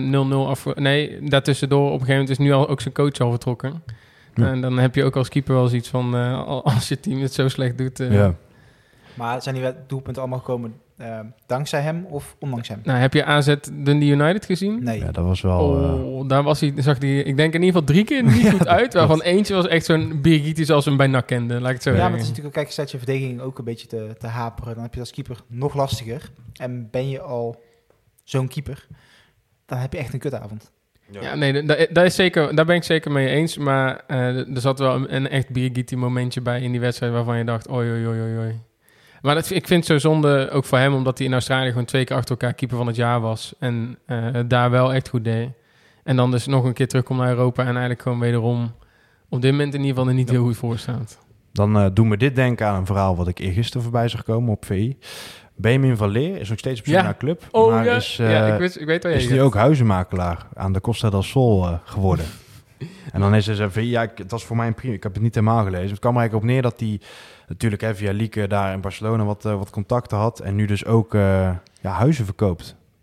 de 0-0 daartussendoor op een gegeven moment is nu al ook zijn coach al vertrokken. Ja. En dan heb je ook als keeper wel zoiets van als je team het zo slecht doet. Ja. Maar zijn die doelpunten allemaal gekomen dankzij hem of ondanks hem? Nou, heb je AZ Dundee United gezien? Nee. Ja, dat was wel... daar zag hij, ik denk in ieder geval 3 keer niet goed uit. Waarvan eentje was echt zo'n Birgiti zoals hem bij NAC kende. Laat ik het zo maar het is natuurlijk, kijk, staat je verdediging ook een beetje te haperen. Dan heb je als keeper nog lastiger. En ben je al zo'n keeper, dan heb je echt een kutavond. Ja, nee, dat is zeker, daar ben ik zeker mee eens. Maar er zat wel een echt Birgiti momentje bij in die wedstrijd waarvan je dacht, oei. Maar ik vind het zo zonde, ook voor hem, omdat hij in Australië gewoon 2 keer achter elkaar keeper van het jaar was. En daar wel echt goed deed. En dan dus nog een keer terugkomt naar Europa en eigenlijk gewoon wederom op dit moment in ieder geval er niet heel goed voor staat. Dan doen we dit denken aan een verhaal wat ik eergisteren voorbij zag komen op VI. Benjamin van Leer is nog steeds op zoek naar club. Oh maar ja, ik weet wel. Is nu ook huizenmakelaar aan de Costa del Sol geworden. En dan is er VI, het was voor mij een prima. Ik heb het niet helemaal gelezen. Het kwam er eigenlijk op neer dat hij natuurlijk via Lieke daar in Barcelona wat contacten had. En nu dus ook huizen verkoopt.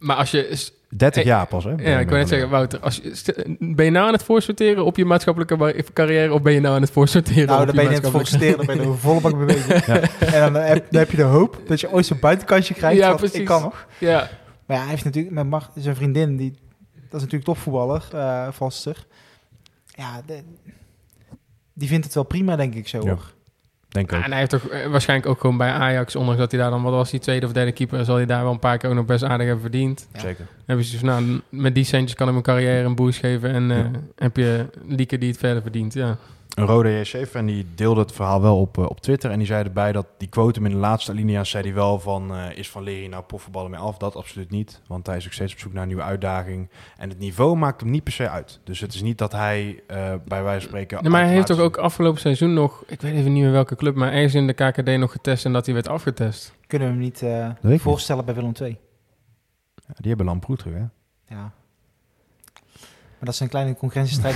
Maar als je... 30 jaar pas, hè? Ja, ik wil net zeggen, Wouter, ben je nou aan het voorsorteren op je maatschappelijke carrière of ben je nou aan het voorsorteren nou, op dan je ben je net voorsorteren, dan ben je er volle bak mee bezig. Ja. En dan heb je de hoop dat je ooit zo'n buitenkantje krijgt. Ja, precies. Ik kan nog. Ja. Maar ja, hij heeft natuurlijk met zijn vriendin, dat is natuurlijk topvoetballer, Vaster. Ja, die vindt het wel prima, denk ik zo. Ja. Hoor. Denk ook. En hij heeft toch waarschijnlijk ook gewoon bij Ajax, ondanks dat hij daar dan, wat was die tweede of derde keeper, zal hij daar wel een paar keer ook nog best aardig hebben verdiend. Ja. Zeker. Hebben ze dus, nou, met die centjes kan hij mijn carrière een boost geven en heb je Lieke die het verder verdient, ja. Een Rode JC-fan die deelde het verhaal wel op Twitter en die zei erbij dat die quotum in de laatste alinea zei hij wel van is Van Leer hier nou profvoetballen mee af? Dat absoluut niet, want hij is ook steeds op zoek naar een nieuwe uitdaging en het niveau maakt hem niet per se uit. Dus het is niet dat hij bij wijze van spreken... Nee, maar hij heeft toch ook afgelopen seizoen nog, ik weet even niet meer welke club, maar ergens in de KKD nog getest en dat hij werd afgetest. Kunnen we hem niet voorstellen bij Willem II? Ja, die hebben Lamproet terug, hè? Ja. Maar dat is een kleine concurrentiestrijd.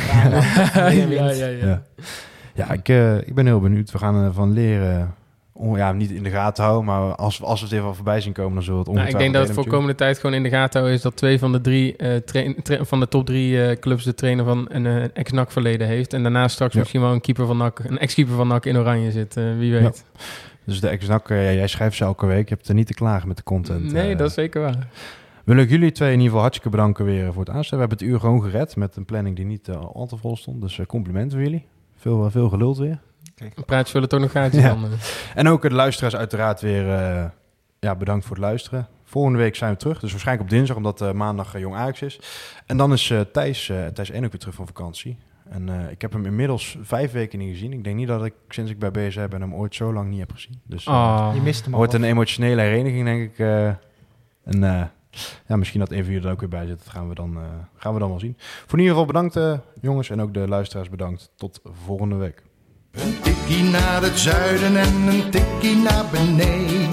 Ja, ik ben heel benieuwd. We gaan van leren, niet in de gaten houden, maar als we het even voorbij zien komen, dan zullen we het ongetwijfeld... Ik denk dat het voor komende tijd gewoon in de gaten houden is dat 2 van de 3 van de top 3 clubs de trainer van een ex-NAC verleden heeft. En daarna straks misschien wel een ex-keeper van NAC in oranje zit, wie weet. Ja. Dus de ex-NAC, jij schrijft ze elke week. Je hebt er niet te klagen met de content. Nee, dat is zeker waar. Wil ik jullie twee in ieder geval hartstikke bedanken weer voor het aanstaan. We hebben het uur gewoon gered met een planning die niet al te vol stond. Dus complimenten voor jullie. Veel geluld weer. Een praatje vullen toch nog gaatjes dan. En ook de luisteraars uiteraard weer bedankt voor het luisteren. Volgende week zijn we terug. Dus waarschijnlijk op dinsdag, omdat maandag Jong Ajax is. En dan is Thijs 1 ook weer terug van vakantie. En ik heb hem inmiddels 5 weken niet gezien. Ik denk niet dat ik, sinds ik bij BSR ben, hem ooit zo lang niet heb gezien. Dus je mist hem al. Wordt een emotionele hereniging, denk ik. Misschien dat een van jullie er ook weer bij zit. Dat gaan we dan wel zien. Voor in ieder geval bedankt, jongens. En ook de luisteraars bedankt. Tot volgende week. Een tikkie naar het zuiden en een tikkie naar beneden.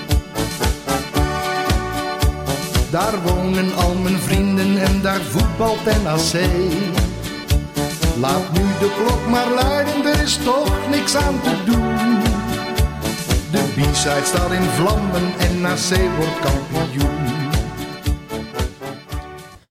Daar wonen al mijn vrienden en daar voetbalt NAC. Laat nu de klok maar luiden, er is toch niks aan te doen. De B-side staat in vlammen en NAC wordt kampioen.